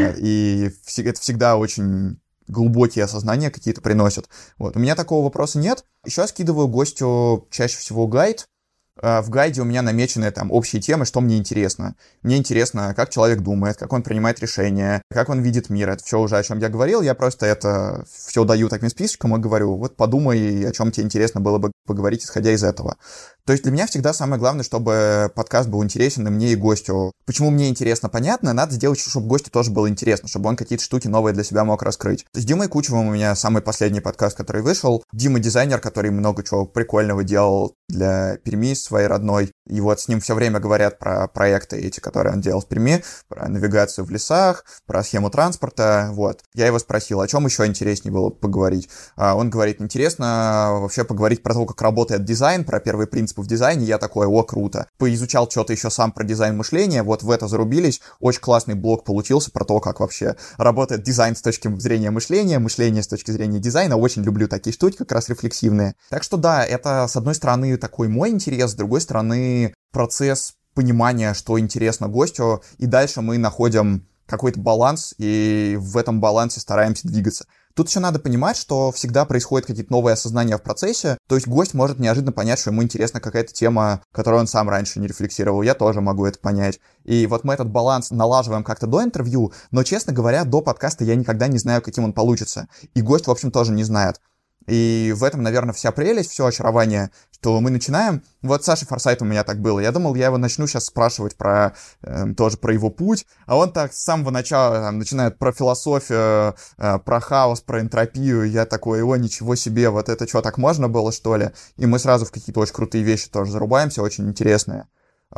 И это всегда очень глубокие осознания какие-то приносят. Вот. У меня такого вопроса нет. Еще я скидываю гостю чаще всего гайд. В гайде у меня намечены там общие темы, что мне интересно. Мне интересно, как человек думает, как он принимает решения, как он видит мир. Это все уже, о чем я говорил. Я просто это все даю таким списочком и говорю, вот подумай, о чем тебе интересно было бы поговорить, исходя из этого. То есть для меня всегда самое главное, чтобы подкаст был интересен и мне, и гостю. Почему мне интересно, понятно. Надо сделать, чтобы гостю тоже было интересно, чтобы он какие-то штуки новые для себя мог раскрыть. С Димой Кучевым у меня самый последний подкаст, который вышел. Дима дизайнер, который много чего прикольного делал для Перми своей родной. И вот с ним все время говорят про проекты эти, которые он делал в Перми, про навигацию в лесах, про схему транспорта. Вот. Я его спросил, о чем еще интереснее было поговорить. Он говорит, интересно вообще поговорить про то, как работает дизайн, про первые принципы в дизайне. Я такой, о, круто. Поизучал что-то еще сам про дизайн мышления, вот в это зарубились. Очень классный блог получился про то, как вообще работает дизайн с точки зрения мышления, мышление с точки зрения дизайна. Очень люблю такие штуки, как раз рефлексивные. Так что да, это с одной стороны такой мой интерес, с другой стороны процесс понимания, что интересно гостю, и дальше мы находим какой-то баланс, и в этом балансе стараемся двигаться. Тут еще надо понимать, что всегда происходят какие-то новые осознания в процессе, то есть гость может неожиданно понять, что ему интересна какая-то тема, которую он сам раньше не рефлексировал, я тоже могу это понять. И вот мы этот баланс налаживаем как-то до интервью, но, честно говоря, до подкаста я никогда не знаю, каким он получится, и гость, в общем, тоже не знает. И в этом, наверное, вся прелесть, все очарование, что мы начинаем. Вот с Сашей Форсайтом у меня так было. Я думал, я его начну сейчас спрашивать тоже про его путь, а он так с самого начала начинает про философию, про хаос, про энтропию. Я такой, ничего себе, вот это что, так можно было, что ли? И мы сразу в какие-то очень крутые вещи тоже зарубаемся, очень интересные.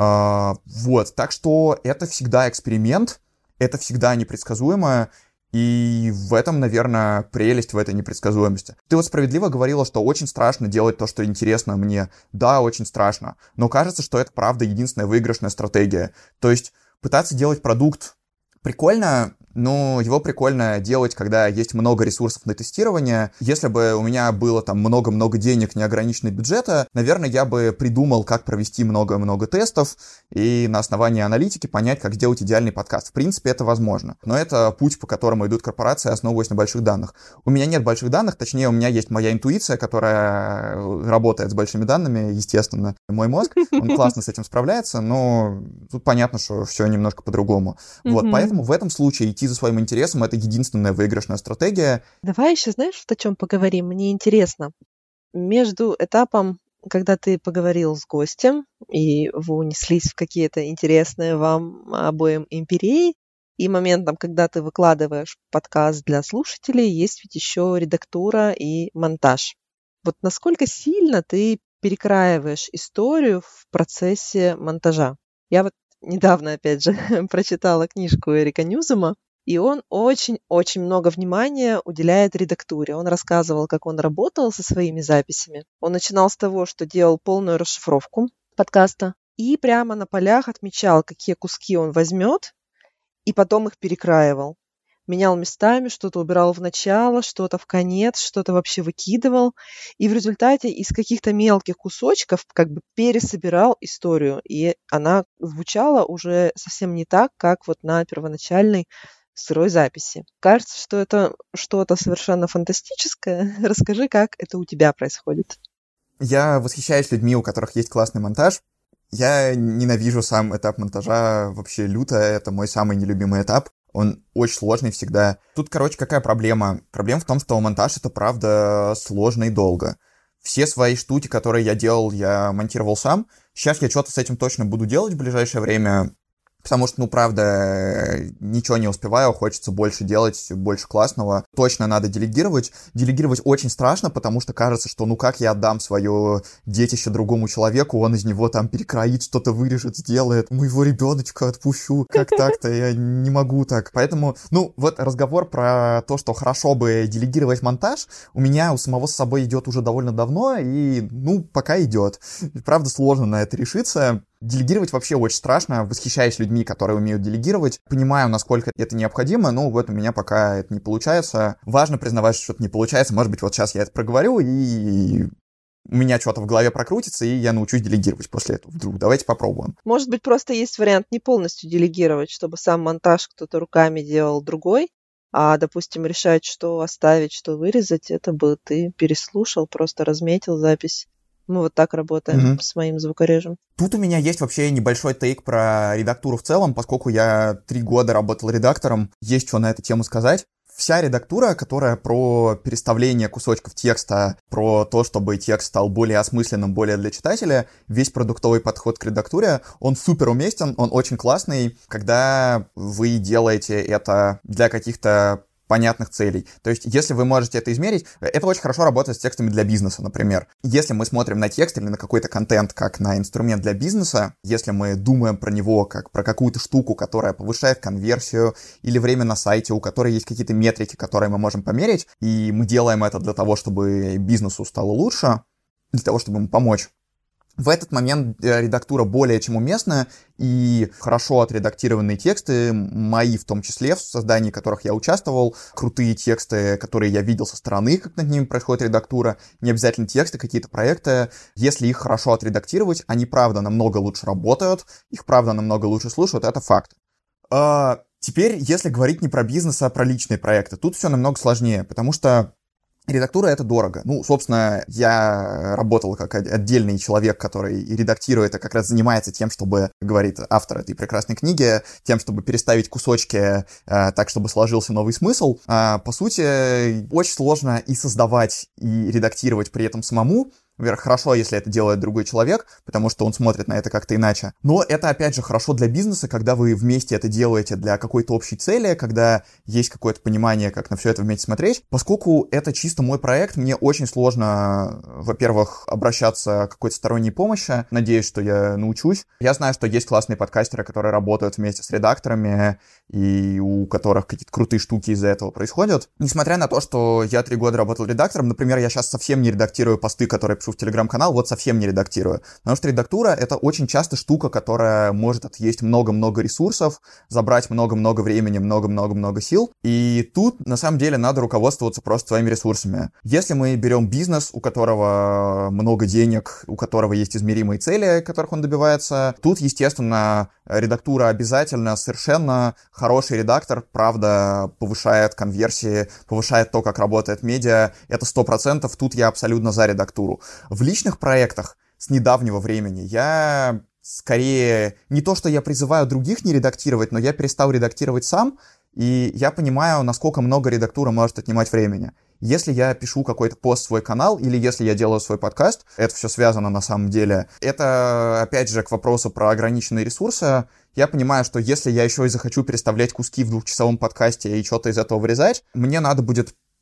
Вот, так что это всегда эксперимент, это всегда непредсказуемо. И в этом, наверное, прелесть в этой непредсказуемости. Ты вот справедливо говорила, что очень страшно делать то, что интересно мне. Да, очень страшно. Но кажется, что это, правда, единственная выигрышная стратегия. То есть пытаться делать продукт прикольно, но его прикольно делать, когда есть много ресурсов на тестирование. Если бы у меня было там много-много денег, неограниченного бюджета, наверное, я бы придумал, как провести много-много тестов и на основании аналитики понять, как сделать идеальный подкаст. В принципе, это возможно. Но это путь, по которому идут корпорации, основываясь на больших данных. У меня нет больших данных, точнее, у меня есть моя интуиция, которая работает с большими данными, естественно. Мой мозг, он классно с этим справляется, но тут понятно, что все немножко по-другому. Вот, поэтому в этом случае идти за своим интересом — это единственная выигрышная стратегия. Давай еще, знаешь, о чем поговорим? Мне интересно. Между этапом, когда ты поговорил с гостем, и вы унеслись в какие-то интересные вам обоим империи, и моментом, когда ты выкладываешь подкаст для слушателей, есть ведь еще редактура и монтаж. Вот насколько сильно ты перекраиваешь историю в процессе монтажа? Я вот недавно, опять же, прочитала книжку Эрика Ньюзема, и он очень-очень много внимания уделяет редактуре. Он рассказывал, как он работал со своими записями. Он начинал с того, что делал полную расшифровку подкаста и прямо на полях отмечал, какие куски он возьмет, и потом их перекраивал. Менял местами, что-то убирал в начало, что-то в конец, что-то вообще выкидывал. И в результате из каких-то мелких кусочков как бы пересобирал историю. И она звучала уже совсем не так, как вот на первоначальной сырой записи. Кажется, что это что-то совершенно фантастическое. Расскажи, как это у тебя происходит. Я восхищаюсь людьми, у которых есть классный монтаж. Я ненавижу сам этап монтажа вообще люто. Это мой самый нелюбимый этап. Он очень сложный всегда. Тут, какая проблема? Проблема в том, что монтаж — это, правда, сложно и долго. Все свои штуки, которые я делал, я монтировал сам. Сейчас я что-то с этим точно буду делать в ближайшее время, потому что, правда, ничего не успеваю, хочется больше делать, больше классного. Точно надо делегировать. Делегировать очень страшно, потому что кажется, что как я отдам свое детище другому человеку, он из него там перекроит, что-то вырежет, сделает. Моего ребеночка отпущу. Как так-то? Я не могу так. Поэтому, вот разговор про то, что хорошо бы делегировать монтаж, у меня у самого с собой идет уже довольно давно, и, пока идет. Правда, сложно на это решиться. Делегировать вообще очень страшно, восхищаюсь людьми, которые умеют делегировать, понимаю, насколько это необходимо, но вот у меня пока это не получается. Важно признавать, что что-то не получается, может быть, вот сейчас я это проговорю, и у меня что-то в голове прокрутится, и я научусь делегировать после этого вдруг. Давайте попробуем. Может быть, просто есть вариант не полностью делегировать, чтобы сам монтаж кто-то руками делал другой, а, допустим, решать, что оставить, что вырезать, это бы ты переслушал, просто разметил запись. Мы вот так работаем с моим звукорежем. Тут у меня есть вообще небольшой тейк про редактуру в целом, поскольку я 3 года работал редактором, есть что на эту тему сказать. Вся редактура, которая про переставление кусочков текста, про то, чтобы текст стал более осмысленным, более для читателя, весь продуктовый подход к редактуре, он супер уместен, он очень классный, когда вы делаете это для каких-то понятных целей. То есть, если вы можете это измерить, это очень хорошо работает с текстами для бизнеса, например. Если мы смотрим на текст или на какой-то контент как на инструмент для бизнеса, если мы думаем про него как про какую-то штуку, которая повышает конверсию, или время на сайте, у которой есть какие-то метрики, которые мы можем померить, и мы делаем это для того, чтобы бизнесу стало лучше, для того, чтобы ему помочь, в этот момент редактура более чем уместна, и хорошо отредактированные тексты, мои в том числе, в создании которых я участвовал, крутые тексты, которые я видел со стороны, как над ними происходит редактура, не обязательно тексты, какие-то проекты, если их хорошо отредактировать, они, правда, намного лучше работают, их, правда, намного лучше слушают, это факт. Теперь, если говорить не про бизнес, а про личные проекты, тут все намного сложнее, потому что редактура — это дорого. Собственно, я работал как отдельный человек, который редактирует, и как раз занимается тем, чтобы, говорит автор этой прекрасной книги, тем, чтобы переставить кусочки так, чтобы сложился новый смысл. По сути, очень сложно и создавать, и редактировать при этом самому. Во-первых, хорошо, если это делает другой человек, потому что он смотрит на это как-то иначе. Но это, опять же, хорошо для бизнеса, когда вы вместе это делаете для какой-то общей цели, когда есть какое-то понимание, как на все это вместе смотреть. Поскольку это чисто мой проект, мне очень сложно, во-первых, обращаться к какой-то сторонней помощи. Надеюсь, что я научусь. Я знаю, что есть классные подкастеры, которые работают вместе с редакторами, и у которых какие-то крутые штуки из-за этого происходят. Несмотря на то, что я 3 года работал редактором, например, я сейчас совсем не редактирую посты, которые пишу в Телеграм-канал, вот совсем не редактирую. Потому что редактура — это очень часто штука, которая может отъесть много-много ресурсов, забрать много-много времени, много-много-много сил. И тут, на самом деле, надо руководствоваться просто своими ресурсами. Если мы берем бизнес, у которого много денег, у которого есть измеримые цели, которых он добивается, тут, естественно, редактура обязательно, совершенно. Хороший редактор, правда, повышает конверсии, повышает то, как работает медиа. Это 100%, тут я абсолютно за редактуру. В личных проектах с недавнего времени я скорее... Не то, что я призываю других не редактировать, но я перестал редактировать сам, и я понимаю, насколько много редактура может отнимать времени. Если я пишу какой-то пост в свой канал, или если я делаю свой подкаст, это все связано на самом деле. Это, опять же, к вопросу про ограниченные ресурсы. Я понимаю, что если я еще и захочу переставлять куски в 2-часовом подкасте и что-то из этого вырезать, мне надо будет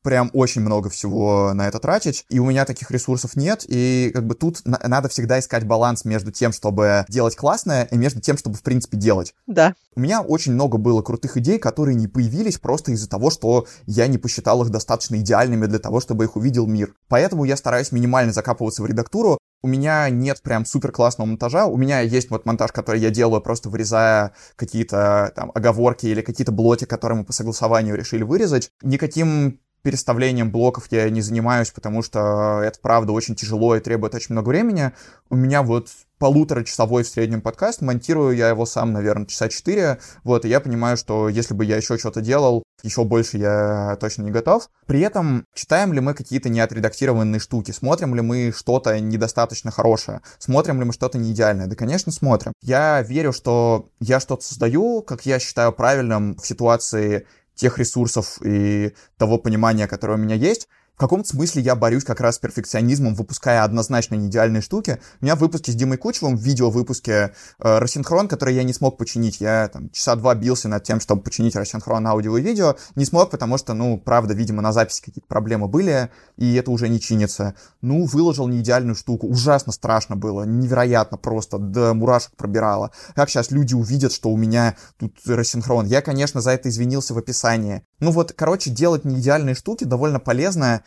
прям очень много всего на это тратить, и у меня таких ресурсов нет, и как бы тут надо всегда искать баланс между тем, чтобы делать классное, и между тем, чтобы, в принципе, делать. Да. У меня очень много было крутых идей, которые не появились просто из-за того, что я не посчитал их достаточно идеальными для того, чтобы их увидел мир. Поэтому я стараюсь минимально закапываться в редактуру. У меня нет прям супер классного монтажа. У меня есть вот монтаж, который я делаю, просто вырезая какие-то там оговорки или какие-то блоки, которые мы по согласованию решили вырезать. Никаким переставлением блоков я не занимаюсь, потому что это, правда, очень тяжело и требует очень много времени. У меня вот 1,5-часовой в среднем подкаст, монтирую я его сам, наверное, часа 4, вот, и я понимаю, что если бы я еще что-то делал, еще больше я точно не готов. При этом читаем ли мы какие-то неотредактированные штуки, смотрим ли мы что-то недостаточно хорошее, смотрим ли мы что-то не идеальное? Да, конечно, смотрим. Я верю, что я что-то создаю, как я считаю правильным в ситуации тех ресурсов и того понимания, которое у меня есть. В каком-то смысле я борюсь как раз с перфекционизмом, выпуская однозначно неидеальные штуки. У меня в выпуске с Димой Кучевым, в видео-выпуске рассинхрон, который я не смог починить. Я там часа 2 бился над тем, чтобы починить рассинхрон аудио и видео. Не смог, потому что, правда, видимо, на записи какие-то проблемы были, и это уже не чинится. Выложил неидеальную штуку. Ужасно страшно было, невероятно просто, до мурашек пробирало. Как сейчас люди увидят, что у меня тут рассинхрон? Я, конечно, за это извинился в описании. Делать неидеальные штуки довольно полезно.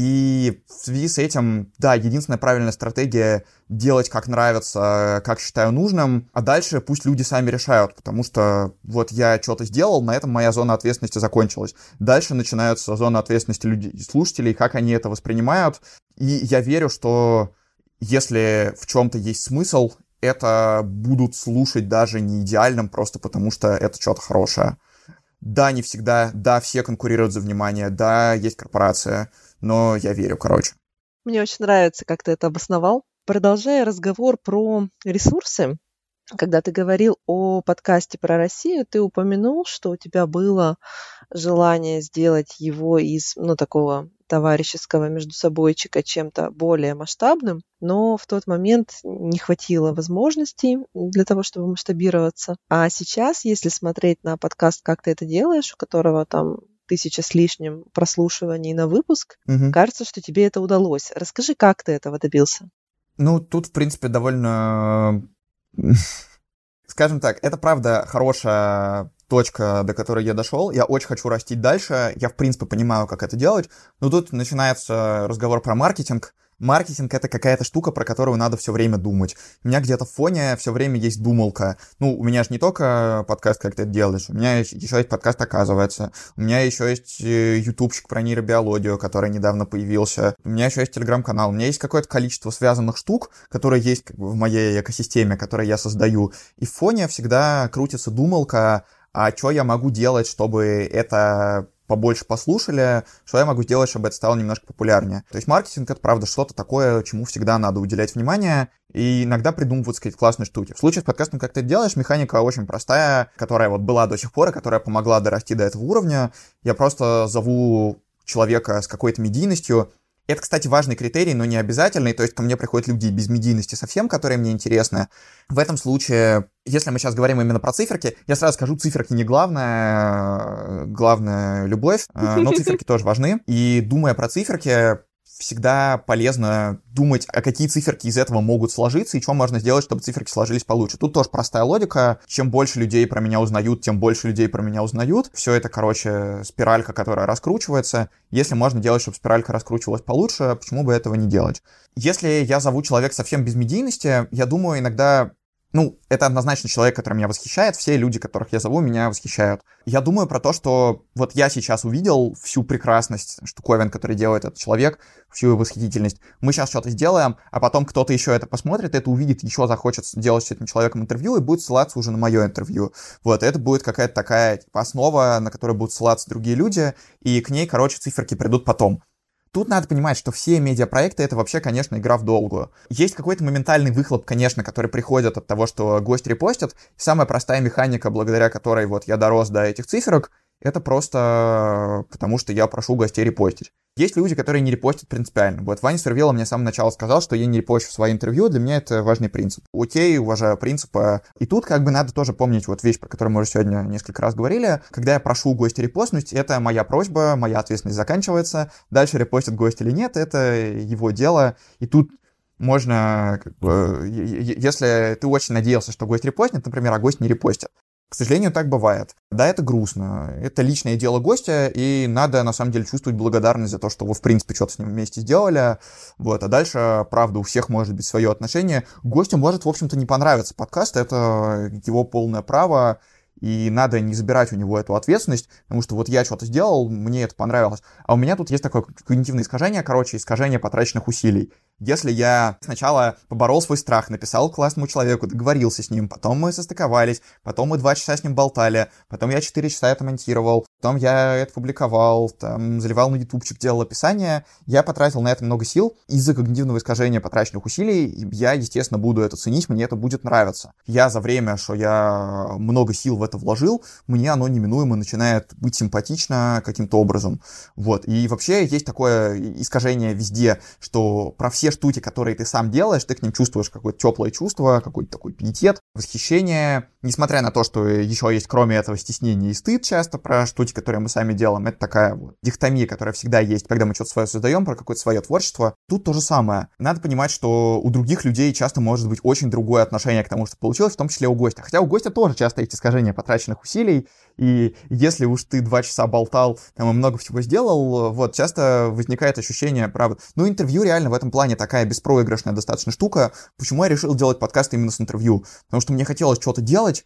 И в связи с этим, да, единственная правильная стратегия — делать как нравится, как считаю нужным, а дальше пусть люди сами решают, потому что вот я что-то сделал, на этом моя зона ответственности закончилась. Дальше начинается зона ответственности людей, слушателей, как они это воспринимают, и я верю, что если в чем-то есть смысл, это будут слушать даже не идеальным, просто потому что это что-то хорошее. Да, не всегда, да, все конкурируют за внимание, да, есть корпорация, но я верю, Мне очень нравится, как ты это обосновал. Продолжая разговор про ресурсы, когда ты говорил о подкасте про Россию, ты упомянул, что у тебя было желание сделать его из, такого товарищеского междусобойчика чем-то более масштабным, но в тот момент не хватило возможностей для того, чтобы масштабироваться. А сейчас, если смотреть на подкаст «Как ты это делаешь», у которого там 1000 с лишним прослушиваний на выпуск, кажется, что тебе это удалось. Расскажи, как ты этого добился? Тут, в принципе, довольно... Скажем так, это, правда, хорошая точка, до которой я дошел. Я очень хочу расти дальше. Я, в принципе, понимаю, как это делать. Но тут начинается разговор про маркетинг. Маркетинг — это какая-то штука, про которую надо все время думать. У меня где-то в фоне все время есть думалка. У меня же не только подкаст «Как ты это делаешь», у меня еще есть подкаст «Оказывается». У меня еще есть ютубчик про нейробиологию, который недавно появился. У меня еще есть телеграм-канал. У меня есть какое-то количество связанных штук, которые есть в моей экосистеме, которые я создаю. И в фоне всегда крутится думалка, а что я могу делать, чтобы это побольше послушали, что я могу сделать, чтобы это стало немножко популярнее. То есть маркетинг — это, правда, что-то такое, чему всегда надо уделять внимание, и иногда придумывать, сказать, классные штуки. В случае с подкастом «Как ты это делаешь», механика очень простая, которая вот была до сих пор, и которая помогла дорасти до этого уровня. Я просто зову человека с какой-то медийностью. Это, кстати, важный критерий, но не обязательный, то есть ко мне приходят люди без медийности совсем, которые мне интересны. В этом случае, если мы сейчас говорим именно про циферки, я сразу скажу, циферки не главное любовь, но циферки тоже важны. И думая про циферки, всегда полезно думать, а какие циферки из этого могут сложиться, и что можно сделать, чтобы циферки сложились получше. Тут тоже простая логика. Чем больше людей про меня узнают, тем больше людей про меня узнают. Все это, спиралька, которая раскручивается. Если можно делать, чтобы спиралька раскручивалась получше, почему бы этого не делать? Если я зову человека совсем без медийности, я думаю иногда... это однозначно человек, который меня восхищает. Все люди, которых я зову, меня восхищают. Я думаю про то, что вот я сейчас увидел всю прекрасность штуковин, которые делает этот человек, всю его восхитительность. Мы сейчас что-то сделаем, а потом кто-то еще это посмотрит, это увидит, еще захочет делать с этим человеком интервью и будет ссылаться уже на мое интервью. Вот, это будет какая-то такая основа, на которую будут ссылаться другие люди, и к ней, циферки придут потом. Тут надо понимать, что все медиапроекты — это вообще, конечно, игра в долгую. Есть какой-то моментальный выхлоп, конечно, который приходит от того, что гость репостит. Самая простая механика, благодаря которой вот я дорос до этих циферок, это просто потому, что я прошу гостей репостить. Есть люди, которые не репостят принципиально. Вот Ваня Сурвило мне с самого начала сказал, что я не репощу свои интервью, для меня это важный принцип. Окей, уважаю принципы. И тут как бы надо тоже помнить вот вещь, про которую мы уже сегодня несколько раз говорили. Когда я прошу гостя репостнуть, это моя просьба, моя ответственность заканчивается. Дальше репостит гость или нет, это его дело. И тут можно, как бы, если ты очень надеялся, что гость репостнет, например, а гость не репостит. К сожалению, так бывает. Да, это грустно. Это личное дело гостя, и надо, на самом деле, чувствовать благодарность за то, что вы, в принципе, что-то с ним вместе сделали. Вот. А дальше, правда, у всех может быть свое отношение. Гостю может, в общем-то, не понравиться подкаст. Это его полное право. И надо не забирать у него эту ответственность, потому что вот я что-то сделал, мне это понравилось. А у меня тут есть такое когнитивное искажение, искажение потраченных усилий. Если я сначала поборол свой страх, написал классному человеку, договорился с ним, потом мы состыковались, потом мы 2 часа с ним болтали, потом я 4 часа это монтировал, потом я это публиковал, там, заливал на ютубчик, делал описание, я потратил на это много сил. Из-за когнитивного искажения потраченных усилий я, естественно, буду это ценить, мне это будет нравиться. Я за время, что я много сил в это вложил, мне оно неминуемо начинает быть симпатично каким-то образом. Вот. И вообще есть такое искажение везде, что про все штуки, которые ты сам делаешь, ты к ним чувствуешь какое-то теплое чувство, какой-то такой пиетет, восхищение. Несмотря на то, что еще есть, кроме этого, стеснение и стыд часто про штуки, которые мы сами делаем. Это такая вот дихотомия, которая всегда есть, когда мы что-то свое создаем, про какое-то свое творчество. Тут то же самое. Надо понимать, что у других людей часто может быть очень другое отношение к тому, что получилось, в том числе у гостя. Хотя у гостя тоже часто есть искажение потраченных усилий, и если уж ты 2 часа болтал, там, и много всего сделал, вот, часто возникает ощущение, правда. Ну, интервью реально в этом плане такая беспроигрышная достаточно штука. Почему я решил делать подкаст именно с интервью? Потому что мне хотелось что-то делать,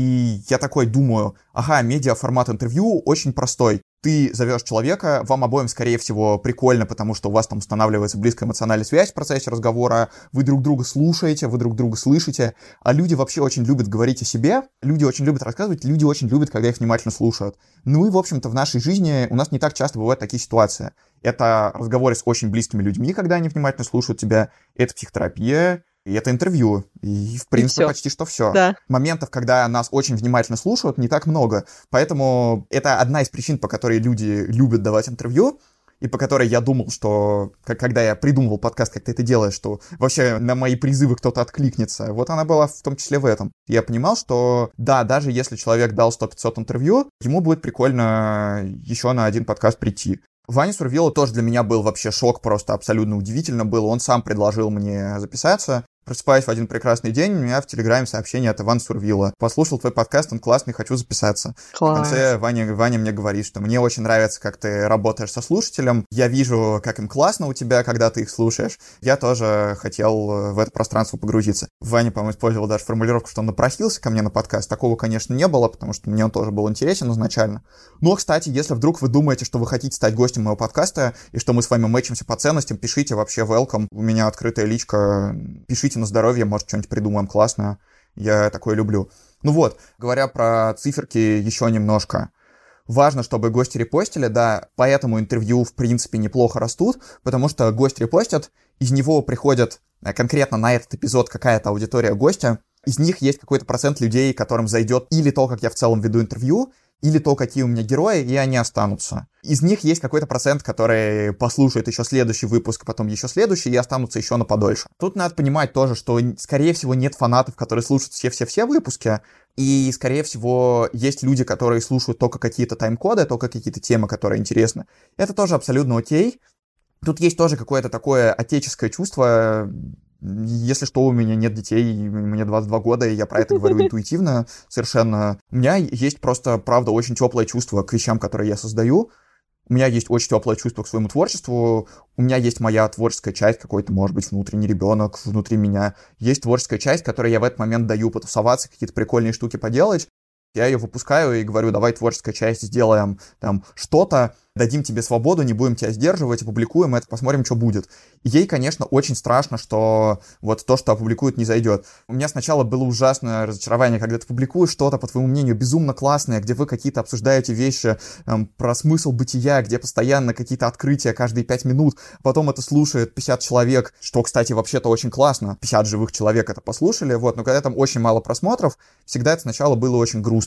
и я такой думаю, ага, медиаформат интервью очень простой. Ты зовешь человека, вам обоим, скорее всего, прикольно, потому что у вас там устанавливается близкая эмоциональная связь в процессе разговора, вы друг друга слушаете, вы друг друга слышите, а люди вообще очень любят говорить о себе, люди очень любят рассказывать, люди очень любят, когда их внимательно слушают. Ну и, в общем-то, в нашей жизни у нас не так часто бывают такие ситуации. Это разговоры с очень близкими людьми, когда они внимательно слушают тебя, это психотерапия, и это интервью. И, в принципе, почти что все. Да. Моментов, когда нас очень внимательно слушают, не так много. Поэтому это одна из причин, по которой люди любят давать интервью, и по которой я думал, что, когда я придумывал подкаст, как ты это делаешь, что вообще на мои призывы кто-то откликнется. Вот она была в том числе в этом. Я понимал, что да, даже если человек дал 100-500 интервью, ему будет прикольно еще на один подкаст прийти. Ваня Сурвило тоже для меня был вообще шок, просто абсолютно удивительно было. Он сам предложил мне записаться. Просыпаюсь в один прекрасный день, у меня в Телеграме сообщение от Ивана Сурвило. Послушал твой подкаст, он классный, хочу записаться. Класс. В конце Ваня мне говорит, что мне очень нравится, как ты работаешь со слушателем. Я вижу, как им классно у тебя, когда ты их слушаешь. Я тоже хотел в это пространство погрузиться. Ваня, по-моему, использовал даже формулировку, что он напросился ко мне на подкаст. Такого, конечно, не было, потому что мне он тоже был интересен изначально. Но, кстати, если вдруг вы думаете, что вы хотите стать гостем моего подкаста, и что мы с вами мэчимся по ценностям, пишите вообще welcome. У меня открытая личка. Пишите на здоровье, может, что-нибудь придумаем классное. Я такое люблю. Ну вот, говоря про циферки еще немножко. Важно, чтобы гости репостили, да, поэтому интервью, в принципе, неплохо растут, потому что гость репостят, из него приходят конкретно на этот эпизод какая-то аудитория гостя, из них есть какой-то процент людей, которым зайдет или то, как я в целом веду интервью, или то, какие у меня герои, и они останутся. Из них есть какой-то процент, который послушает еще следующий выпуск, потом еще следующий, и останутся еще на подольше. Тут надо понимать тоже, что, скорее всего, нет фанатов, которые слушают все-все-все выпуски, и, скорее всего, есть люди, которые слушают только какие-то тайм-коды, только какие-то темы, которые интересны. Это тоже абсолютно окей. Тут есть тоже какое-то такое отеческое чувство. Если что, у меня нет детей, мне 22 года, и я про это говорю интуитивно совершенно. У меня есть просто, правда, очень теплое чувство к вещам, которые я создаю. У меня есть очень теплое чувство к своему творчеству. У меня есть моя творческая часть, какой-то, может быть, внутренний ребенок внутри меня. Есть творческая часть, которой я в этот момент даю потусоваться, какие-то прикольные штуки поделать. Я ее выпускаю и говорю, давай творческая часть, сделаем там что-то, дадим тебе свободу, не будем тебя сдерживать, опубликуем это, посмотрим, что будет. И ей, конечно, очень страшно, что вот то, что опубликуют, не зайдет. У меня сначала было ужасное разочарование, когда ты публикуешь что-то, по твоему мнению, безумно классное, где вы какие-то обсуждаете вещи про смысл бытия, где постоянно какие-то открытия каждые 5 минут, потом это слушает 50 человек, что, кстати, вообще-то очень классно. 50 живых человек это послушали, вот, но когда там очень мало просмотров, всегда это сначала было очень грустно.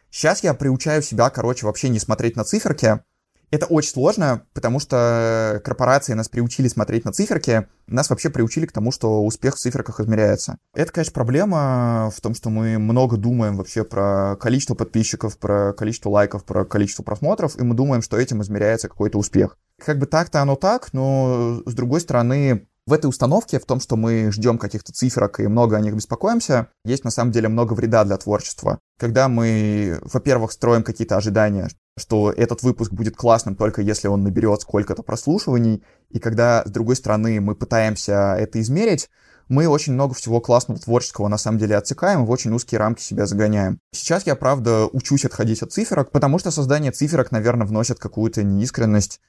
Сейчас я приучаю себя, вообще не смотреть на циферки. Это очень сложно, потому что корпорации нас приучили смотреть на циферки, нас вообще приучили к тому, что успех в циферках измеряется. Это, конечно, проблема в том, что мы много думаем вообще про количество подписчиков, про количество лайков, про количество просмотров, и мы думаем, что этим измеряется какой-то успех. Как бы так-то оно так, но с другой стороны, в этой установке, в том, что мы ждем каких-то циферок и много о них беспокоимся, есть на самом деле много вреда для творчества. Когда мы, во-первых, строим какие-то ожидания, что этот выпуск будет классным только если он наберет сколько-то прослушиваний, и когда, с другой стороны, мы пытаемся это измерить, мы очень много всего классного творческого на самом деле отсекаем и в очень узкие рамки себя загоняем. Сейчас я, правда, учусь отходить от циферок, потому что создание циферок, наверное, вносит какую-то неискренность,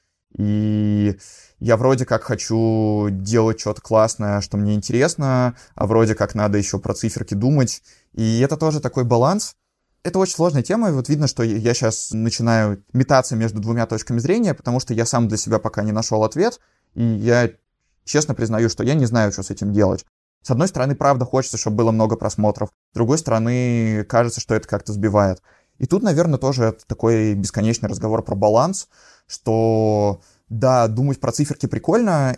и я вроде как хочу делать что-то классное, что мне интересно, а вроде как надо еще про циферки думать. И это тоже такой баланс. Это очень сложная тема, и вот видно, что я сейчас начинаю метаться между двумя точками зрения, потому что я сам для себя пока не нашел ответ, и я честно признаю, что я не знаю, что с этим делать. С одной стороны, правда, хочется, чтобы было много просмотров, с другой стороны, кажется, что это как-то сбивает. И тут, наверное, тоже это такой бесконечный разговор про баланс, что, да, думать про циферки прикольно,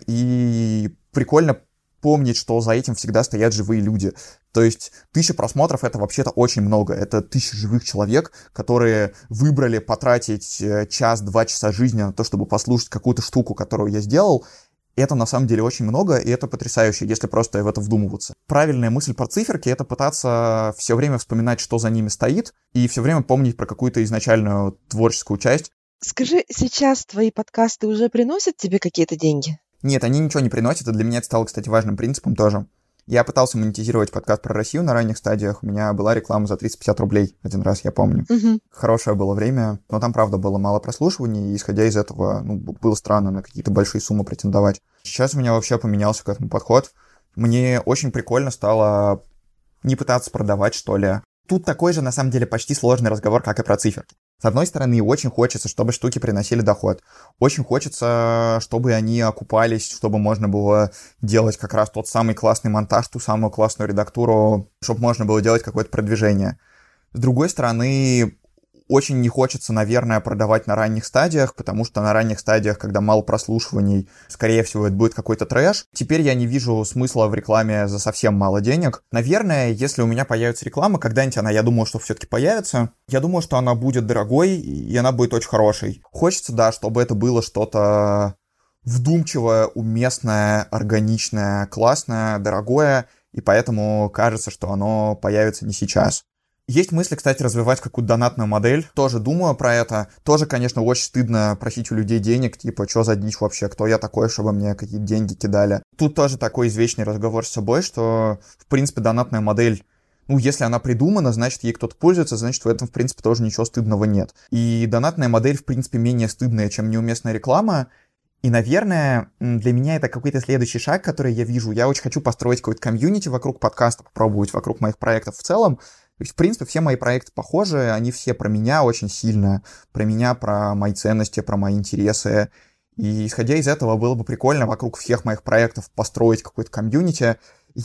и прикольно помнить, что за этим всегда стоят живые люди. То есть 1000 просмотров — это вообще-то очень много. Это 1000 живых человек, которые выбрали потратить час-два часа жизни на то, чтобы послушать какую-то штуку, которую я сделал. Это на самом деле очень много, и это потрясающе, если просто в это вдумываться. Правильная мысль про циферки — это пытаться все время вспоминать, что за ними стоит, и все время помнить про какую-то изначальную творческую часть. Скажи, сейчас твои подкасты уже приносят тебе какие-то деньги? Нет, они ничего не приносят, и для меня это стало, кстати, важным принципом тоже. Я пытался монетизировать подкаст про Россию на ранних стадиях. У меня была реклама за 350 рублей один раз, я помню. Хорошее было время, но там, правда, было мало прослушиваний, и, исходя из этого, было странно на какие-то большие суммы претендовать. Сейчас у меня вообще поменялся к этому подход. Мне очень прикольно стало не пытаться продавать, что ли. Тут такой же, на самом деле, почти сложный разговор, как и про циферки. С одной стороны, очень хочется, чтобы штуки приносили доход. Очень хочется, чтобы они окупались, чтобы можно было делать как раз тот самый классный монтаж, ту самую классную редактуру, чтобы можно было делать какое-то продвижение. С другой стороны, очень не хочется, наверное, продавать на ранних стадиях, потому что на ранних стадиях, когда мало прослушиваний, скорее всего, это будет какой-то трэш. Теперь я не вижу смысла в рекламе за совсем мало денег. Наверное, если у меня появится реклама, когда-нибудь она, я думаю, что все-таки появится, я думаю, что она будет дорогой, и она будет очень хорошей. Хочется, да, чтобы это было что-то вдумчивое, уместное, органичное, классное, дорогое, и поэтому кажется, что оно появится не сейчас. Есть мысли, кстати, развивать какую-то донатную модель. Тоже думаю про это. Тоже, конечно, очень стыдно просить у людей денег, типа, что за дичь вообще, кто я такой, чтобы мне какие-то деньги кидали. Тут тоже такой извечный разговор с собой, что, в принципе, донатная модель, если она придумана, значит, ей кто-то пользуется, значит, в этом, в принципе, тоже ничего стыдного нет. И донатная модель, в принципе, менее стыдная, чем неуместная реклама. И, наверное, для меня это какой-то следующий шаг, который я вижу. Я очень хочу построить какой-то комьюнити вокруг подкаста, попробовать вокруг моих проектов в целом. То есть, в принципе, все мои проекты похожи, они все про меня очень сильно, про меня, про мои ценности, про мои интересы. И, исходя из этого, было бы прикольно вокруг всех моих проектов построить какой-то комьюнити.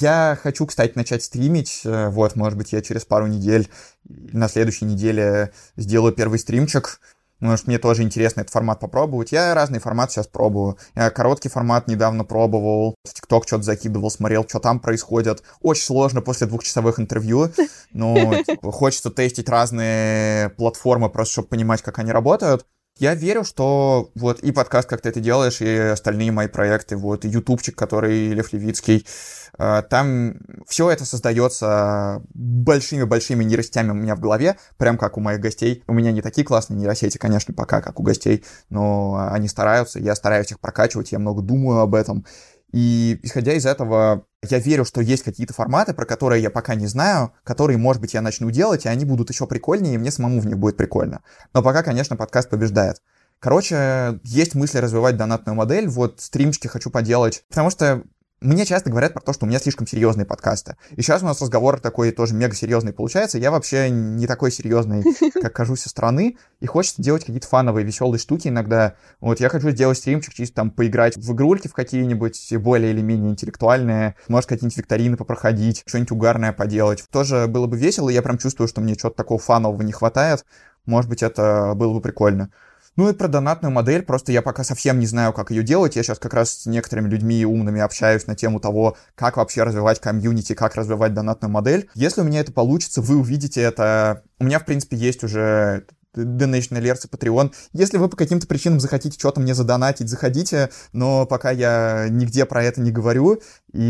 Я хочу, кстати, начать стримить. Вот, может быть, я через пару недель, на следующей неделе сделаю первый стримчик. Может, мне тоже интересно этот формат попробовать. Я разные форматы сейчас пробую. Я короткий формат недавно пробовал. В ТикТок что-то закидывал, смотрел, что там происходит. Очень сложно после 2-часовых интервью. Но хочется тестить разные платформы, просто чтобы понимать, как они работают. Я верю, что вот и подкаст «Как ты это делаешь», и остальные мои проекты, вот, и ютубчик, который Лев Левицкий, там все это создается большими-большими нейросетями у меня в голове, прям как у моих гостей. У меня не такие классные нейросети, конечно, пока, как у гостей, но они стараются, я стараюсь их прокачивать, я много думаю об этом. И, исходя из этого, я верю, что есть какие-то форматы, про которые я пока не знаю, которые, может быть, я начну делать, и они будут еще прикольнее, и мне самому в них будет прикольно. Но пока, конечно, подкаст побеждает. Короче, есть мысли развивать донатную модель, вот стримчики хочу поделать, потому что Мне часто говорят про то, что у меня слишком серьезные подкасты. И сейчас у нас разговор такой тоже мега серьезный получается. Я вообще не такой серьезный, как кажусь со стороны. И хочется делать какие-то фановые, веселые штуки иногда. Вот я хочу сделать стримчик, чисто там поиграть в игрульки в какие-нибудь более или менее интеллектуальные. Может, какие-нибудь викторины попроходить, что-нибудь угарное поделать. Тоже было бы весело. Я прям чувствую, что мне чего-то такого фанового не хватает. Может быть, это было бы прикольно. Ну и про донатную модель, просто я пока совсем не знаю, как ее делать. Я сейчас как раз с некоторыми людьми умными общаюсь на тему того, как вообще развивать комьюнити, как развивать донатную модель. Если у меня это получится, вы увидите это. У меня, в принципе, есть уже Donation Alerts и Patreon. Если вы по каким-то причинам захотите что-то мне задонатить, заходите, но пока я нигде про это не говорю,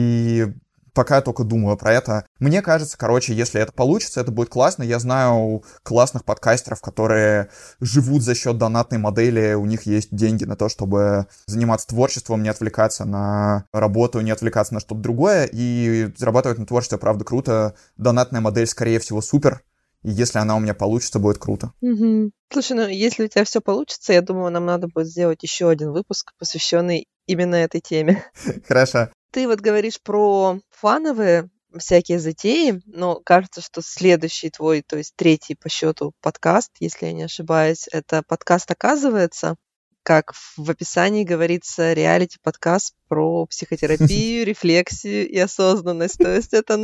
и пока я только думаю про это. Мне кажется, если это получится, это будет классно. Я знаю классных подкастеров, которые живут за счет донатной модели. У них есть деньги на то, чтобы заниматься творчеством, не отвлекаться на работу, не отвлекаться на что-то другое. И зарабатывать на творчестве, правда, круто. Донатная модель, скорее всего, супер. И если она у меня получится, будет круто. Угу. Слушай, если у тебя все получится, я думаю, нам надо будет сделать еще один выпуск, посвященный именно этой теме. Хорошо. Ты говоришь про фановые всякие затеи, но кажется, что следующий твой, то есть третий по счету подкаст, если я не ошибаюсь, это подкаст «Оказывается», как в описании говорится, реалити-подкаст про психотерапию, рефлексию и осознанность. То есть это,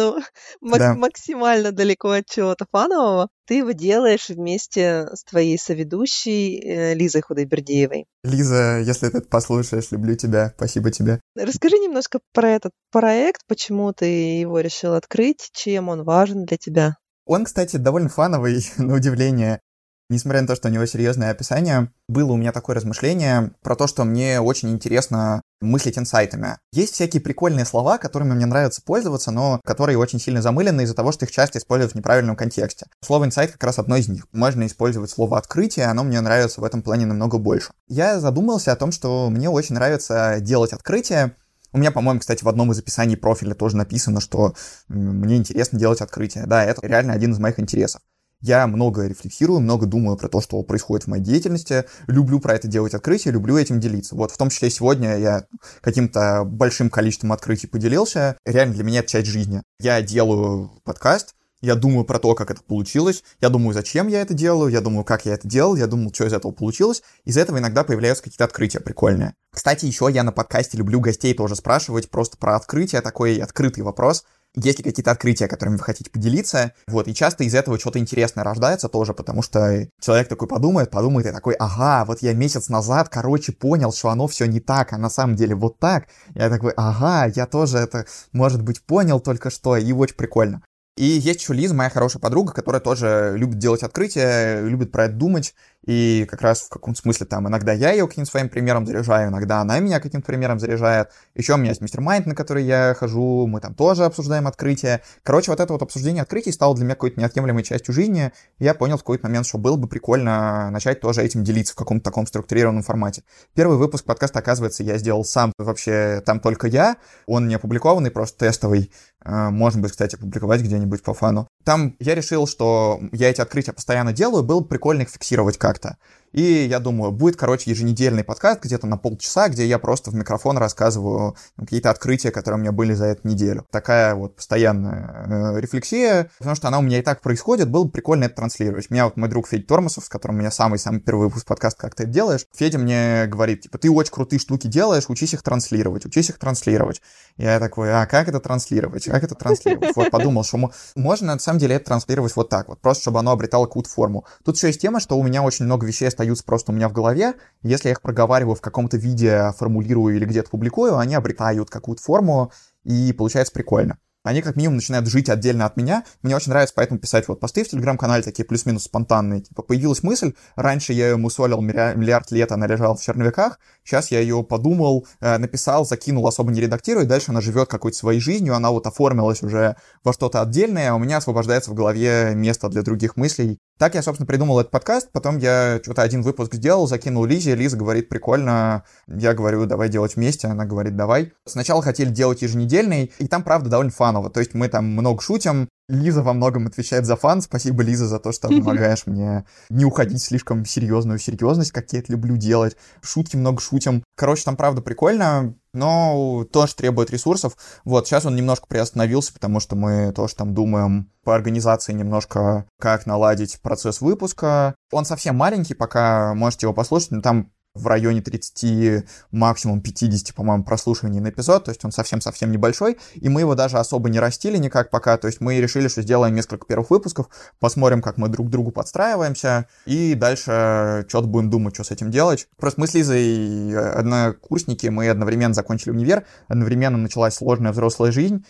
максимально далеко от чего-то фанового. Ты его делаешь вместе с твоей соведущей Лизой Худайбердиевой. Лиза, если ты это послушаешь, люблю тебя. Спасибо тебе. Расскажи немножко про этот проект, почему ты его решил открыть, чем он важен для тебя. Он, кстати, довольно фановый, на удивление. Несмотря на то, что у него серьезное описание, было у меня такое размышление про то, что мне очень интересно мыслить инсайтами. Есть всякие прикольные слова, которыми мне нравится пользоваться, но которые очень сильно замылены из-за того, что их часто используют в неправильном контексте. Слово инсайт как раз одно из них. Можно использовать слово открытие, оно мне нравится в этом плане намного больше. Я задумался о том, что мне очень нравится делать открытия. У меня, по-моему, кстати, в одном из описаний профиля тоже написано, что мне интересно делать открытия. Да, это реально один из моих интересов. Я много рефлексирую, много думаю про то, что происходит в моей деятельности, люблю про это делать открытия, люблю этим делиться. Вот, в том числе сегодня я каким-то большим количеством открытий поделился. Реально для меня это часть жизни. Я делаю подкаст, я думаю про то, как это получилось, я думаю, зачем я это делаю, я думаю, как я это делал, я думал, что из этого получилось. Из этого иногда появляются какие-то открытия прикольные. Кстати, еще я на подкасте люблю гостей тоже спрашивать просто про открытия, такой открытый вопрос. Есть ли какие-то открытия, которыми вы хотите поделиться? Вот, и часто из этого что-то интересное рождается тоже, потому что человек такой подумает и такой, ага, вот я месяц назад, понял, что оно все не так, а на самом деле вот так. Я такой, ага, я тоже это, может быть, понял только что, и очень прикольно. И есть еще Лиза, моя хорошая подруга, которая тоже любит делать открытия, любит про это думать, и как раз в каком-то смысле там иногда я ее каким-то своим примером заряжаю, иногда она меня каким-то примером заряжает. Еще у меня есть мастер-майнд, на который я хожу, мы там тоже обсуждаем открытия. Короче, вот это вот обсуждение открытий стало для меня какой-то неотъемлемой частью жизни, и я понял в какой-то момент, что было бы прикольно начать тоже этим делиться в каком-то таком структурированном формате. Первый выпуск подкаста, оказывается, я сделал сам, вообще там только я, он не опубликованный, просто тестовый. Можно будет, кстати, опубликовать где-нибудь по фану. Там я решил, что я эти открытия постоянно делаю, было бы прикольно их фиксировать как-то. И я думаю, будет, еженедельный подкаст где-то на полчаса, где я просто в микрофон рассказываю какие-то открытия, которые у меня были за эту неделю. Такая вот постоянная рефлексия, потому что она у меня и так происходит, было бы прикольно это транслировать. У меня вот мой друг Федя Тормосов, с которым у меня самый-самый первый выпуск подкаста «Как ты это делаешь», Федя мне говорит, типа, ты очень крутые штуки делаешь, учись их транслировать. Я такой, как это транслировать? Вот подумал, что можно на самом деле это транслировать вот так вот, просто чтобы оно обретало какую-то форму. Тут еще есть тема, что у меня очень много вещей остаются просто у меня в голове. Если я их проговариваю в каком-то виде, формулирую или где-то публикую, они обретают какую-то форму, и получается прикольно. Они как минимум начинают жить отдельно от меня. Мне очень нравится поэтому писать вот посты в Телеграм-канале, такие плюс-минус спонтанные. Типа, появилась мысль, раньше я ее мусолил миллиард лет, она лежала в черновиках, сейчас я ее подумал, написал, закинул, особо не редактируя, дальше она живет какой-то своей жизнью, она вот оформилась уже во что-то отдельное, а у меня освобождается в голове место для других мыслей. Так я, собственно, придумал этот подкаст, потом я что-то один выпуск сделал, закинул Лизе, Лиза говорит, прикольно, я говорю, давай делать вместе, она говорит, давай. Сначала хотели делать еженедельный, и там, правда, довольно фаново, то есть мы там много шутим, Лиза во многом отвечает за фан, спасибо, Лиза, за то, что помогаешь мне не уходить в слишком серьезность, как я это люблю делать, шутки много шутим. Короче, там, правда, прикольно. но тоже требует ресурсов. Вот, сейчас он немножко приостановился, потому что мы тоже там думаем по организации немножко, как наладить процесс выпуска. Он совсем маленький, пока можете его послушать, но там в районе 30, максимум 50, по-моему, прослушиваний на эпизод, то есть он совсем-совсем небольшой, и мы его даже особо не растили никак пока, то есть мы решили, что сделаем несколько первых выпусков, посмотрим, как мы друг к другу подстраиваемся, и дальше что-то будем думать, что с этим делать. Просто мы с Лизой однокурсники, мы одновременно закончили универ, одновременно началась сложная взрослая жизнь,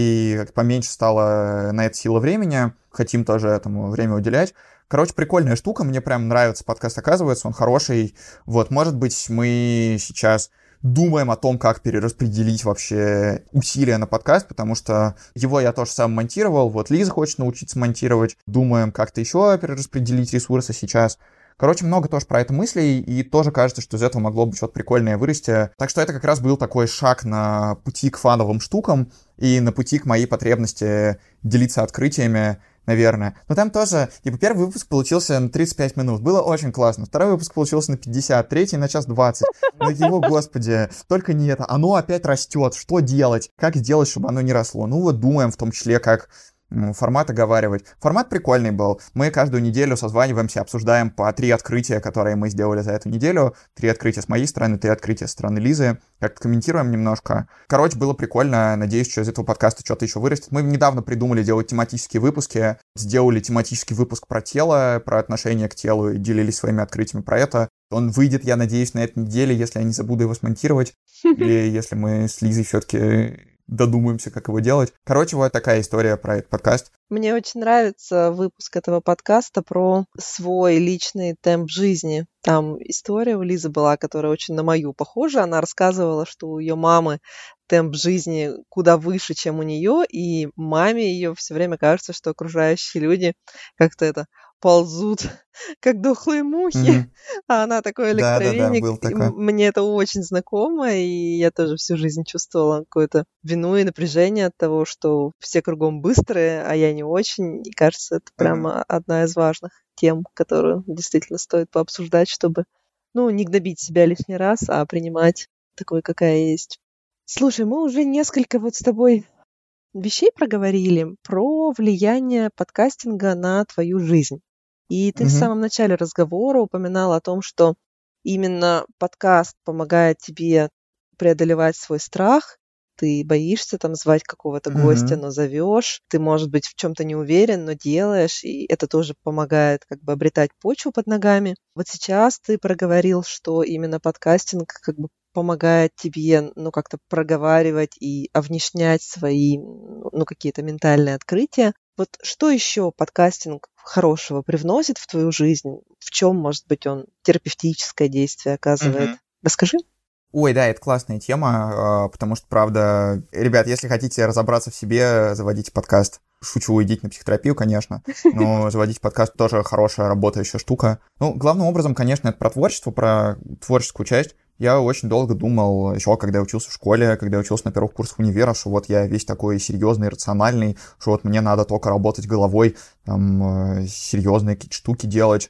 и поменьше стало на это силы времени, хотим тоже этому время уделять. Короче, прикольная штука, мне прям нравится подкаст, оказывается, он хороший. Вот, может быть, мы сейчас думаем о том, как перераспределить вообще усилия на подкаст, потому что его я тоже сам монтировал, вот Лиза хочет научиться монтировать, думаем как-то еще перераспределить ресурсы сейчас. Короче, много тоже про это мыслей, и тоже кажется, что из этого могло бы что-то прикольное вырасти. Так что это как раз был такой шаг на пути к фановым штукам и на пути к моей потребности делиться открытиями, наверное. Но там тоже, типа, первый выпуск получился на 35 минут. Было очень классно. Второй выпуск получился на 50, третий на час 20. Но его, господи, только не это. Оно опять растет. Что делать? Как сделать, чтобы оно не росло? Ну вот думаем в том числе, как формат оговаривать. Формат прикольный был. Мы каждую неделю созваниваемся, обсуждаем по 3 открытия, которые мы сделали за эту неделю. 3 открытия с моей стороны, 3 открытия со стороны Лизы. Как-то комментируем немножко. Короче, было прикольно. Надеюсь, что из этого подкаста что-то еще вырастет. Мы недавно придумали делать тематические выпуски. Сделали тематический выпуск про тело, про отношение к телу и делились своими открытиями про это. Он выйдет, я надеюсь, на этой неделе, если я не забуду его смонтировать. Или если мы с Лизой все-таки додумаемся, как его делать. Короче, вот такая история про этот подкаст. Мне очень нравится выпуск этого подкаста про свой личный темп жизни. Там история у Лизы была, которая очень на мою похожа. Она рассказывала, что у ее мамы темп жизни куда выше, чем у нее, и маме ее все время кажется, что окружающие люди как-то это ползут, как дохлые мухи, а она такой электровеник. Да, был такой. Мне это очень знакомо, и я тоже всю жизнь чувствовала какую-то вину и напряжение от того, что все кругом быстрые, а я не очень. И кажется, это прямо одна из важных тем, которую действительно стоит пообсуждать, чтобы, не гнобить себя лишний раз, а принимать такой, какая есть. Слушай, мы уже несколько вот с тобой вещей проговорили про влияние подкастинга на твою жизнь. И ты в самом начале разговора упоминал о том, что именно подкаст помогает тебе преодолевать свой страх. Ты боишься там звать какого-то гостя, но зовешь. Ты, может быть, в чем-то не уверен, но делаешь. И это тоже помогает как бы обретать почву под ногами. Вот сейчас ты проговорил, что именно подкастинг как бы помогает тебе, как-то проговаривать и овнешнять свои, какие-то ментальные открытия. Вот что еще подкастинг хорошего привносит в твою жизнь? В чем, может быть, он терапевтическое действие оказывает? Расскажи. Ой, да, это классная тема, потому что, правда, ребят, если хотите разобраться в себе, заводите подкаст. Шучу, идите на психотерапию, конечно, но заводить подкаст тоже хорошая работающая штука. Главным образом, конечно, это про творчество, про творческую часть. Я очень долго думал, еще когда я учился в школе, когда я учился на первых курсах универа, что вот я весь такой серьезный, рациональный, что вот мне надо только работать головой, там, серьезные какие-то штуки делать.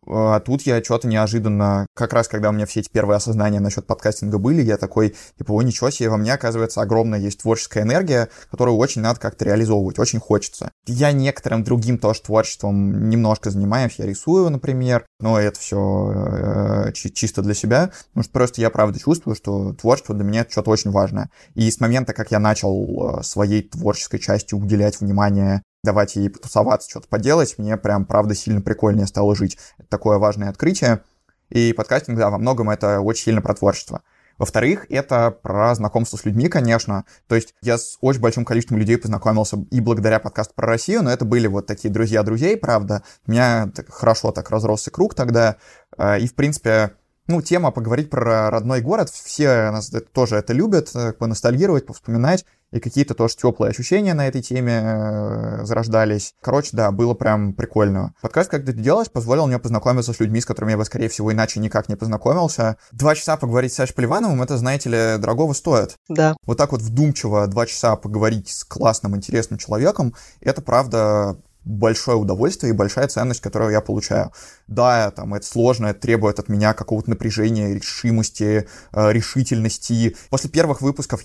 А тут я что-то неожиданно, как раз когда у меня все эти первые осознания насчет подкастинга были, я такой, ничего себе, во мне, оказывается, огромная есть творческая энергия, которую очень надо как-то реализовывать, очень хочется. Я некоторым другим тоже творчеством немножко занимаюсь, я рисую, например, но это все чисто для себя, потому что просто я правда чувствую, что творчество для меня это что-то очень важное. И с момента, как я начал своей творческой части уделять внимание, давать ей потусоваться, что-то поделать, мне прям, правда, сильно прикольнее стало жить. Это такое важное открытие. И подкастинг, да, во многом это очень сильно про творчество. Во-вторых, это про знакомство с людьми, конечно. То есть я с очень большим количеством людей познакомился и благодаря подкасту про Россию, но это были вот такие друзья друзей, правда. У меня хорошо так разросся круг тогда. И, в принципе, тема поговорить про родной город, все нас тоже это любят, поностальгировать, повспоминать, и какие-то тоже теплые ощущения на этой теме зарождались. Короче, да, было прям прикольно. Подкаст, когда это делалось, позволил мне познакомиться с людьми, с которыми я бы, скорее всего, иначе никак не познакомился. 2 часа поговорить с Сашей Поливановым, это, знаете ли, дорогого стоит. Да. Вот так вот вдумчиво 2 часа поговорить с классным, интересным человеком, это, правда, большое удовольствие и большая ценность, которую я получаю. Да, там, это сложно, это требует от меня какого-то напряжения, решимости, решительности. После первых выпусков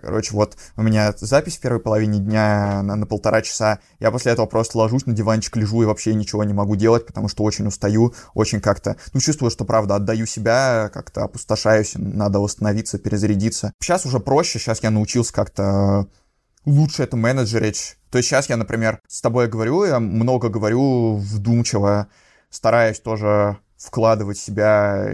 у меня запись в первой половине дня на 1,5 часа, я после этого просто ложусь на диванчик, лежу и вообще ничего не могу делать, потому что очень устаю, очень как-то, чувствую, что, правда, отдаю себя, как-то опустошаюсь, надо восстановиться, перезарядиться. Сейчас уже проще, сейчас я научился как-то лучше это менеджерить. То есть сейчас я, например, с тобой говорю, я много говорю вдумчиво, стараюсь тоже вкладывать себя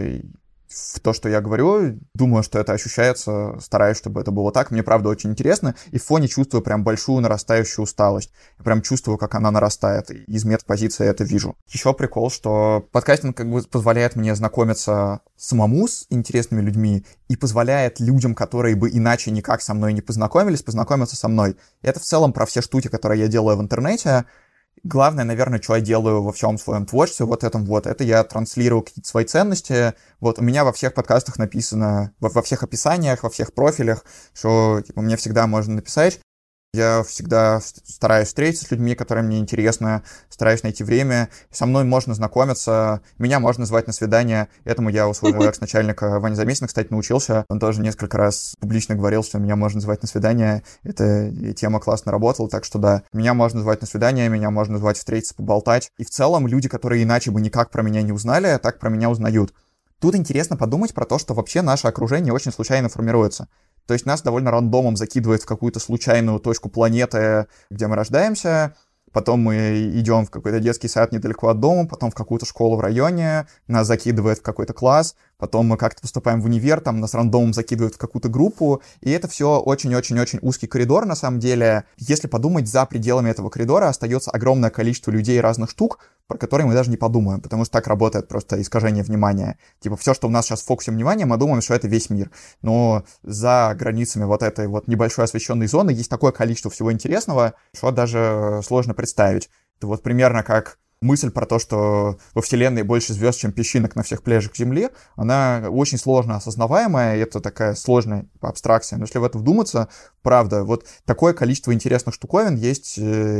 в то, что я говорю. Думаю, что это ощущается, стараюсь, чтобы это было так. Мне, правда, очень интересно. И в фоне чувствую прям большую нарастающую усталость. Я прям чувствую, как она нарастает. И из медпозиции я это вижу. Еще прикол, что подкастинг как бы позволяет мне знакомиться самому с интересными людьми и позволяет людям, которые бы иначе никак со мной не познакомились, познакомиться со мной. И это в целом про все штуки, которые я делаю в интернете. Главное, наверное, что я делаю во всем своем творчестве, это я транслирую какие-то свои ценности. У меня во всех подкастах написано, во всех описаниях, во всех профилях, что мне всегда можно написать. Я всегда стараюсь встретиться с людьми, которые мне интересны, стараюсь найти время. Со мной можно знакомиться, меня можно звать на свидание. Этому я у своего экс-начальника Вани Замесина, кстати, научился. Он тоже несколько раз публично говорил, что меня можно звать на свидание. Эта тема классно работала, так что да. Меня можно звать на свидание, меня можно звать встретиться, поболтать. И в целом люди, которые иначе бы никак про меня не узнали, так про меня узнают. Тут интересно подумать про то, что вообще наше окружение очень случайно формируется. То есть нас довольно рандомом закидывает в какую-то случайную точку планеты, где мы рождаемся, потом мы идем в какой-то детский сад недалеко от дома, потом в какую-то школу в районе, нас закидывает в какой-то класс, потом мы как-то поступаем в универ, там нас рандомом закидывают в какую-то группу, и это все очень-очень-очень узкий коридор, на самом деле. Если подумать, за пределами этого коридора остается огромное количество людей и разных штук, про которые мы даже не подумаем, потому что так работает просто искажение внимания. Типа все, что у нас сейчас в фокусе внимания, мы думаем, что это весь мир. Но за границами этой небольшой освещенной зоны есть такое количество всего интересного, что даже сложно представить. Это примерно как мысль про то, что во Вселенной больше звезд, чем песчинок на всех пляжах Земли, она очень сложно осознаваемая, и это такая сложная абстракция. Но если в это вдуматься, правда, такое количество интересных штуковин есть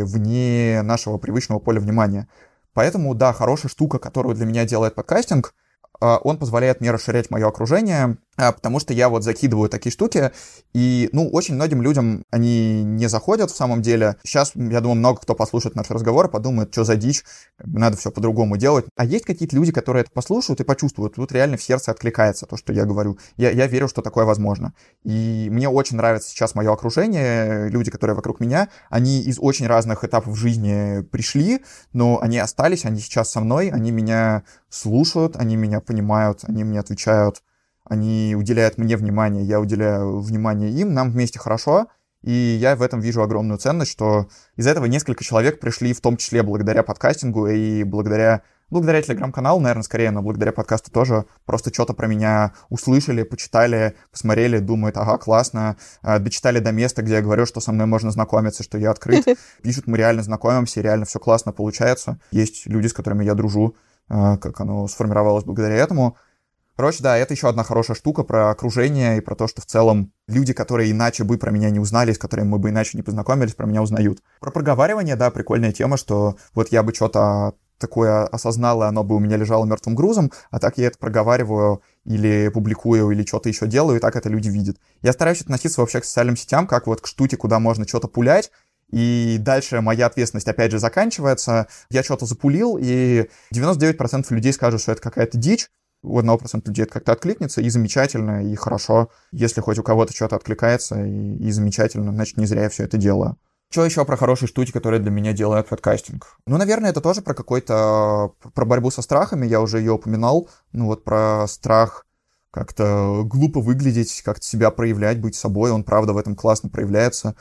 вне нашего привычного поля внимания. Поэтому, да, хорошая штука, которую для меня делает подкастинг, он позволяет мне расширять мое окружение, потому что я закидываю такие штуки, и, очень многим людям они не заходят в самом деле. Сейчас, я думаю, много кто послушает наш разговор и подумает, что за дичь, надо все по-другому делать. А есть какие-то люди, которые это послушают и почувствуют, реально в сердце откликается то, что я говорю. Я верю, что такое возможно. И мне очень нравится сейчас мое окружение, люди, которые вокруг меня, они из очень разных этапов жизни пришли, но они остались, они сейчас со мной, они меня слушают, они меня понимают, они мне отвечают, они уделяют мне внимание, я уделяю внимание им, нам вместе хорошо, и я в этом вижу огромную ценность, что из этого несколько человек пришли, в том числе благодаря подкастингу и благодаря телеграм-каналу, наверное, скорее, но благодаря подкасту тоже, просто что-то про меня услышали, почитали, посмотрели, думают, ага, классно, дочитали до места, где я говорю, что со мной можно знакомиться, что я открыт, пишут, мы реально знакомимся, реально все классно получается, есть люди, с которыми я дружу, как оно сформировалось благодаря этому. Короче, да, это еще одна хорошая штука про окружение и про то, что в целом люди, которые иначе бы про меня не узнали, с которыми мы бы иначе не познакомились, про меня узнают. Про проговаривание, да, прикольная тема, что я бы что-то такое осознал, и оно бы у меня лежало мертвым грузом, а так я это проговариваю или публикую, или что-то еще делаю, и так это люди видят. Я стараюсь относиться вообще к социальным сетям как к штуке, куда можно что-то пулять, и дальше моя ответственность опять же заканчивается. Я что-то запулил, и 99% людей скажут, что это какая-то дичь. У 1% людей это как-то откликнется, и замечательно, и хорошо. Если хоть у кого-то что-то откликается, и замечательно, значит, не зря я все это делаю. Что еще про хорошие штуки, которые для меня делают подкастинг? Наверное, это тоже про борьбу со страхами, я уже ее упоминал. Про страх как-то глупо выглядеть, как-то себя проявлять, быть собой, он, правда, в этом классно проявляется.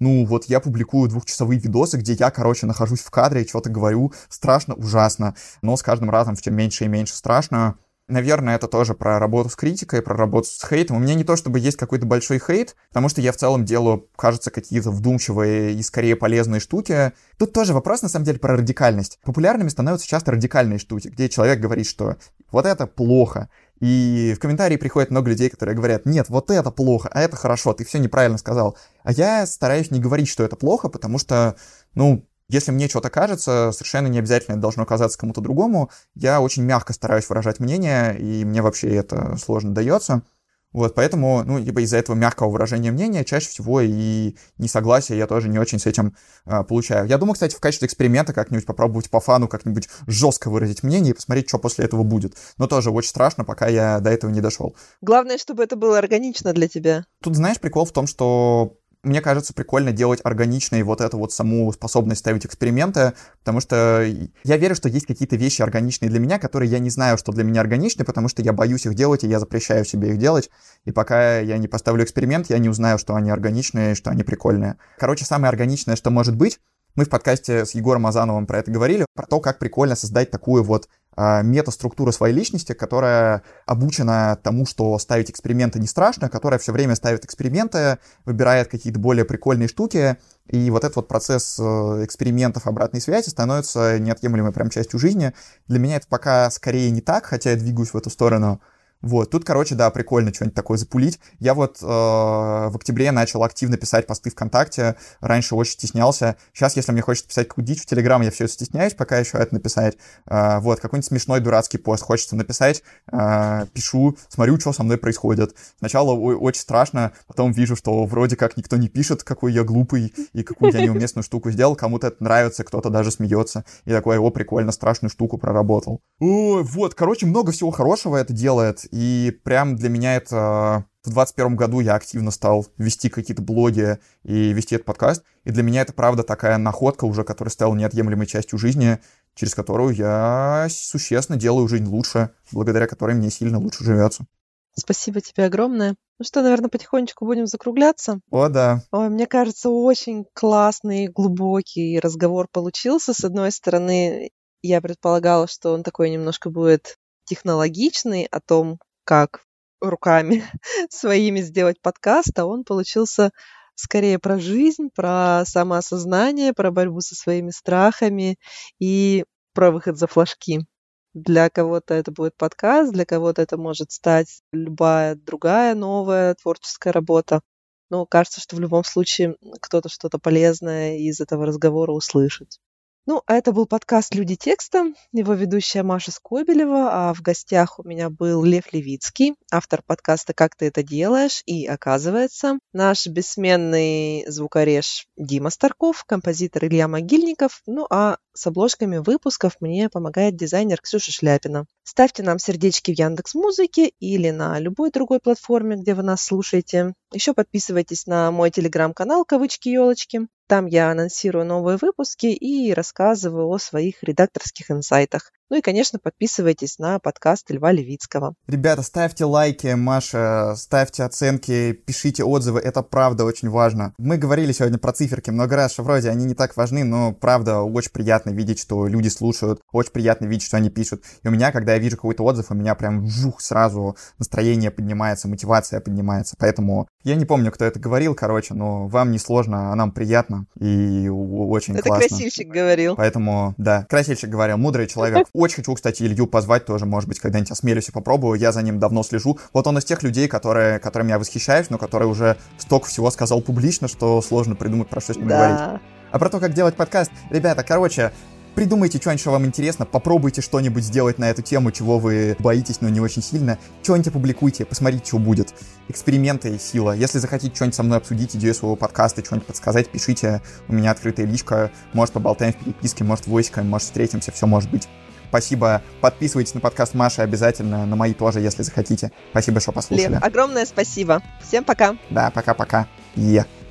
Я публикую 2-часовые видосы, где я, нахожусь в кадре и что-то говорю. Страшно, ужасно. Но с каждым разом все меньше и меньше страшно. Наверное, это тоже про работу с критикой, про работу с хейтом. У меня не то, чтобы есть какой-то большой хейт, потому что я в целом делаю, кажется, какие-то вдумчивые и скорее полезные штуки. Тут тоже вопрос, на самом деле, про радикальность. Популярными становятся часто радикальные штуки, где человек говорит, что это плохо. И в комментарии приходит много людей, которые говорят, нет, это плохо, а это хорошо, ты все неправильно сказал. А я стараюсь не говорить, что это плохо, потому что, Если мне что-то кажется, совершенно не обязательно это должно казаться кому-то другому. Я очень мягко стараюсь выражать мнение, и мне вообще это сложно дается. Вот, поэтому, либо из-за этого мягкого выражения мнения чаще всего и несогласие я тоже не очень с этим получаю. Я думаю, кстати, в качестве эксперимента как-нибудь попробовать по фану как-нибудь жестко выразить мнение и посмотреть, что после этого будет. Но тоже очень страшно, пока я до этого не дошел. Главное, чтобы это было органично для тебя. Тут, знаешь, прикол в том, что мне кажется, прикольно делать органичной вот эту вот саму способность ставить эксперименты, потому что я верю, что есть какие-то вещи органичные для меня, которые я не знаю, что для меня органичны, потому что я боюсь их делать, и я запрещаю себе их делать. И пока я не поставлю эксперимент, я не узнаю, что они органичные, что они прикольные. Короче, самое органичное, что может быть, мы в подкасте с Егором Азановым про это говорили, про то, как прикольно создать такую вот метаструктуру своей личности, которая обучена тому, что ставить эксперименты не страшно, которая все время ставит эксперименты, выбирает какие-то более прикольные штуки, и вот этот вот процесс экспериментов обратной связи становится неотъемлемой прям частью жизни. Для меня это пока скорее не так, хотя я двигаюсь в эту сторону. Вот, тут, короче, да, прикольно что-нибудь такое запулить. Я вот в октябре начал активно писать посты ВКонтакте, раньше очень стеснялся. Сейчас, если мне хочется писать какую-то дичь в Телеграм, я все это стесняюсь, пока еще это написать. Вот, какой-нибудь смешной дурацкий пост хочется написать, пишу, смотрю, что со мной происходит. Сначала очень страшно, потом вижу, что вроде как никто не пишет, какой я глупый и какую я неуместную штуку сделал, кому-то это нравится, кто-то даже смеется. И такой, прикольно, страшную штуку проработал. Ой, вот, короче, много всего хорошего это делает. И прям для меня это... В 2021 году я активно стал вести какие-то блоги и вести этот подкаст. И для меня это, правда, такая находка уже, которая стала неотъемлемой частью жизни, через которую я существенно делаю жизнь лучше, благодаря которой мне сильно лучше живется. Спасибо тебе огромное. Ну что, наверное, потихонечку будем закругляться. О, да. Ой, мне кажется, очень классный, глубокий разговор получился. С одной стороны, я предполагала, что он такой немножко будет технологичный, о том, как руками своими сделать подкаст, а он получился скорее про жизнь, про самоосознание, про борьбу со своими страхами и про выход за флажки. Для кого-то это будет подкаст, для кого-то это может стать любая другая новая творческая работа. Но кажется, что в любом случае кто-то что-то полезное из этого разговора услышит. Ну, а это был подкаст «Люди текста», его ведущая Маша Скобелева, а в гостях у меня был Лев Левицкий, автор подкаста «Как ты это делаешь?» и, оказывается, наш бессменный звукореж Дима Старков, композитор Илья Могильников, ну а с обложками выпусков мне помогает дизайнер Ксюша Шляпина. Ставьте нам сердечки в Яндекс.Музыке или на любой другой платформе, где вы нас слушаете. Еще подписывайтесь на мой телеграм-канал «Кавычки-елочки». Там я анонсирую новые выпуски и рассказываю о своих редакторских инсайтах. Ну и, конечно, подписывайтесь на подкаст Льва Левицкого. Ребята, ставьте лайки, Маша, ставьте оценки, пишите отзывы, это правда очень важно. Мы говорили сегодня про циферки много раз, что вроде они не так важны, но правда очень приятно видеть, что люди слушают, очень приятно видеть, что они пишут. И у меня, когда я вижу какой-то отзыв, у меня прям сразу настроение поднимается, мотивация поднимается. Поэтому я не помню, кто это говорил, но вам не сложно, а нам приятно и очень это классно. Это красильщик говорил. Поэтому, да, красильщик говорил, мудрый человек. Очень хочу, кстати, Илью позвать тоже, может быть, когда-нибудь осмелюсь и попробую. Я за ним давно слежу. Вот он из тех людей, которыми я восхищаюсь, но который уже столько всего сказал публично, что сложно придумать, про что с ним говорить. А про то, как делать подкаст, ребята, придумайте что-нибудь, что вам интересно, попробуйте что-нибудь сделать на эту тему, чего вы боитесь, но не очень сильно. Что-нибудь опубликуйте, посмотрите, что будет. Эксперименты — сила. Если захотите что-нибудь со мной обсудить, идею своего подкаста, что-нибудь подсказать, пишите. У меня открытая личка. Может, поболтаем в переписке, может, войском, может, встретимся, все может быть. Спасибо. Подписывайтесь на подкаст Маши обязательно, на мои тоже, если захотите. Спасибо, что послушали. Лев, огромное спасибо. Всем пока. Да, пока-пока.